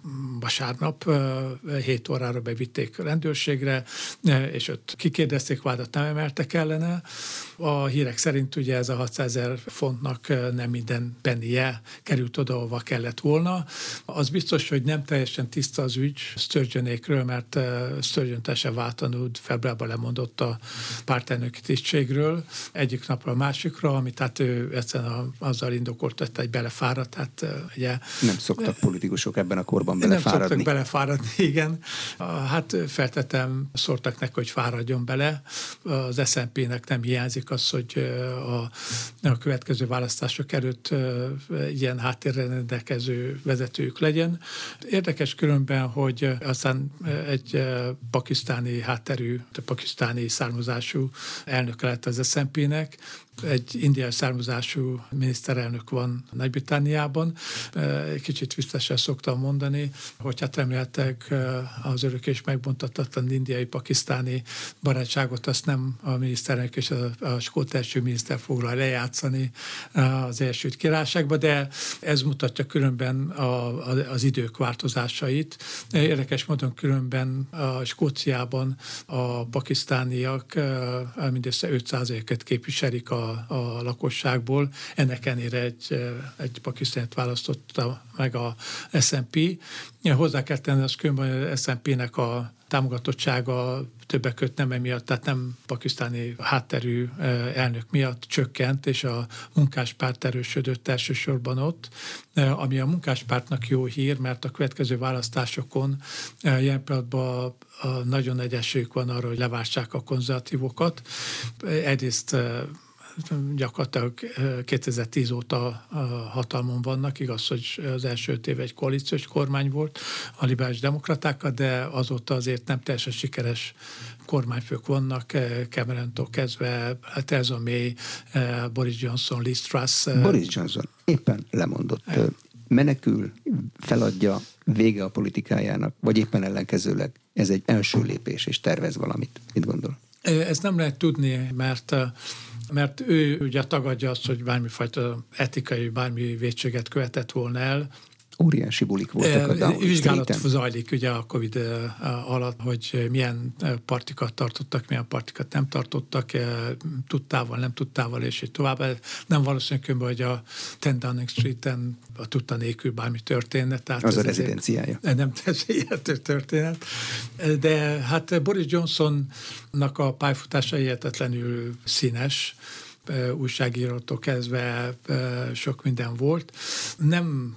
vasárnap hét órára bevitték a rendőrségre, és ott kikérdezték, vádat nem emeltek ellene. A hírek szerint ugye ez a hatszázezer fontnak nem minden pennie került oda, ahova kellett volna. Az biztos, hogy nem teljesen tiszta az ügy Sturgeonékről, mert Sturgeon teljesen váltanul februárban lemondott a pártelnöki tisztségről egyik napra a másikra, amit hát ő egyszerűen azzal indokolta, hogy belefáradt. Tehát, ugye, nem szoktak politikusok ebben a korban belefáradni. Nem szoktak belefáradni, igen. Hát feltettem, szóltak neki, hogy fáradjon bele. Az es and pé-nek nem hiányzik az, hogy a a következő választások előtt ilyen háttérre rendelkező vezetőjük legyen. Érdekes különben, hogy aztán egy pakisztáni hátterű, pakisztáni származású elnök lett az es and pé-nek, egy indiai származású miniszterelnök van Nagy-Britanniában. Kicsit visszesen szoktam mondani, hogy hát remélhetőleg az örök és megbontatlan indiai-pakisztáni barátságot azt nem a miniszterelnök és a, a skót első miniszter foglal lejátszani az Egyesült Királyságba, de ez mutatja különben a, az idők változásait. Érdekes módon különben a Skóciában a pakisztániak mindössze öt százalékot képviselik a a lakosságból. Ennek ellenére egy, egy pakisztánt választotta meg a es and pé. Hozzá kell tenni az különben, hogy az es and pé-nek a támogatottsága többek között nem emiatt, tehát nem pakisztáni hátterű elnök miatt csökkent, és a munkáspárt erősödött elsősorban ott, ami a munkáspártnak jó hír, mert a következő választásokon ilyen pillanatban nagyon nagy esélyük van arra, hogy leváltsák a konzervatívokat. Egyrészt gyakorlatilag kétezer-tíz óta hatalmon vannak, igaz, hogy az első öt év egy koalíciós kormány volt a liberális demokratákkal, de azóta azért nem teljesen sikeres kormányfők vannak, Camerontól kezdve, Theresa May, Boris Johnson, Liz Truss. Boris Johnson éppen lemondott. Menekül, feladja, vége a politikájának, vagy éppen ellenkezőleg ez egy első lépés, és tervez valamit. Mit gondol? Ezt nem lehet tudni, mert mert ő ugye tagadja azt, hogy bármifajta etikai, bármi vétséget követett volna el. Óriási bulik voltak a Downing Vizsgálat Streeten. zajlik ugye a Covid alatt, hogy milyen partikat tartottak, milyen partikat nem tartottak, tudtával, nem tudtával, és így tovább. Nem valószínű, hogy a tíz Downing Streeten a tudta nélkül bármi történne. Tehát az a rezidenciája. Nem teljesen történet. De hát Boris Johnsonnak a pályafutása hihetetlenül színes, újságírótól kezdve sok minden volt. Nem,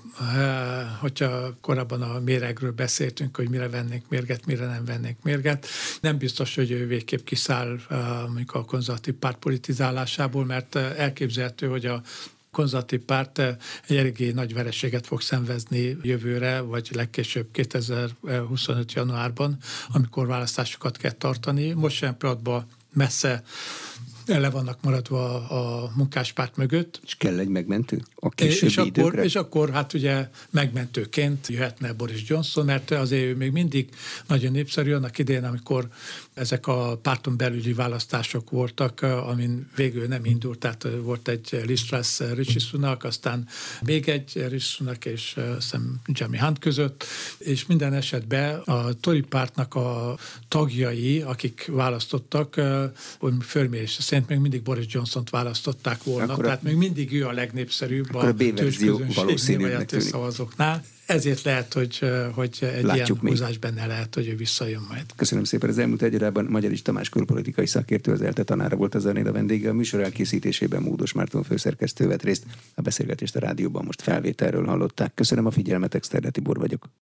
hogyha korábban a méregről beszéltünk, hogy mire vennénk mérget, mire nem vennénk mérget, nem biztos, hogy ő végképp kiszáll mondjuk a konzervatív párt politizálásából, mert elképzelhető, hogy a konzervatív párt egy eléggé nagy vereséget fog szenvezni jövőre, vagy legkésőbb kétezer-huszonöt januárban, amikor választásokat kell tartani. Most sem pillanatban messze le vannak maradva a, a munkáspárt mögött. És kell egy megmentő a későbbi és akkor, időkre? és akkor hát ugye megmentőként jöhetne Boris Johnson, mert azért ő még mindig nagyon népszerű annak idején, amikor ezek a párton belüli választások voltak, amin végül nem indult, tehát volt egy Liz Truss, Rishi Sunak, aztán még egy Rishi Sunak és Sam Jeremy Hunt között, és minden esetben a Tory pártnak a tagjai, akik választottak, fölmérés szerint még mindig Boris Johnson-t választották volna, akkor tehát a, még mindig ő a legnépszerűbb a, a tőzsközönségnél vagy a tőszavazóknál. Ezért lehet, hogy, hogy egy Látjuk ilyen húzás benne lehet, hogy ő visszajön majd. Köszönöm szépen. Az elmúlt egy órában Magyarics Tamás külpolitikai szakértő, az ELTE tanára volt az a vendége. A műsor elkészítésében Módos Márton főszerkesztő vett részt. A beszélgetést a rádióban most felvételről hallották. Köszönöm a figyelmet, Exterde Tibor vagyok.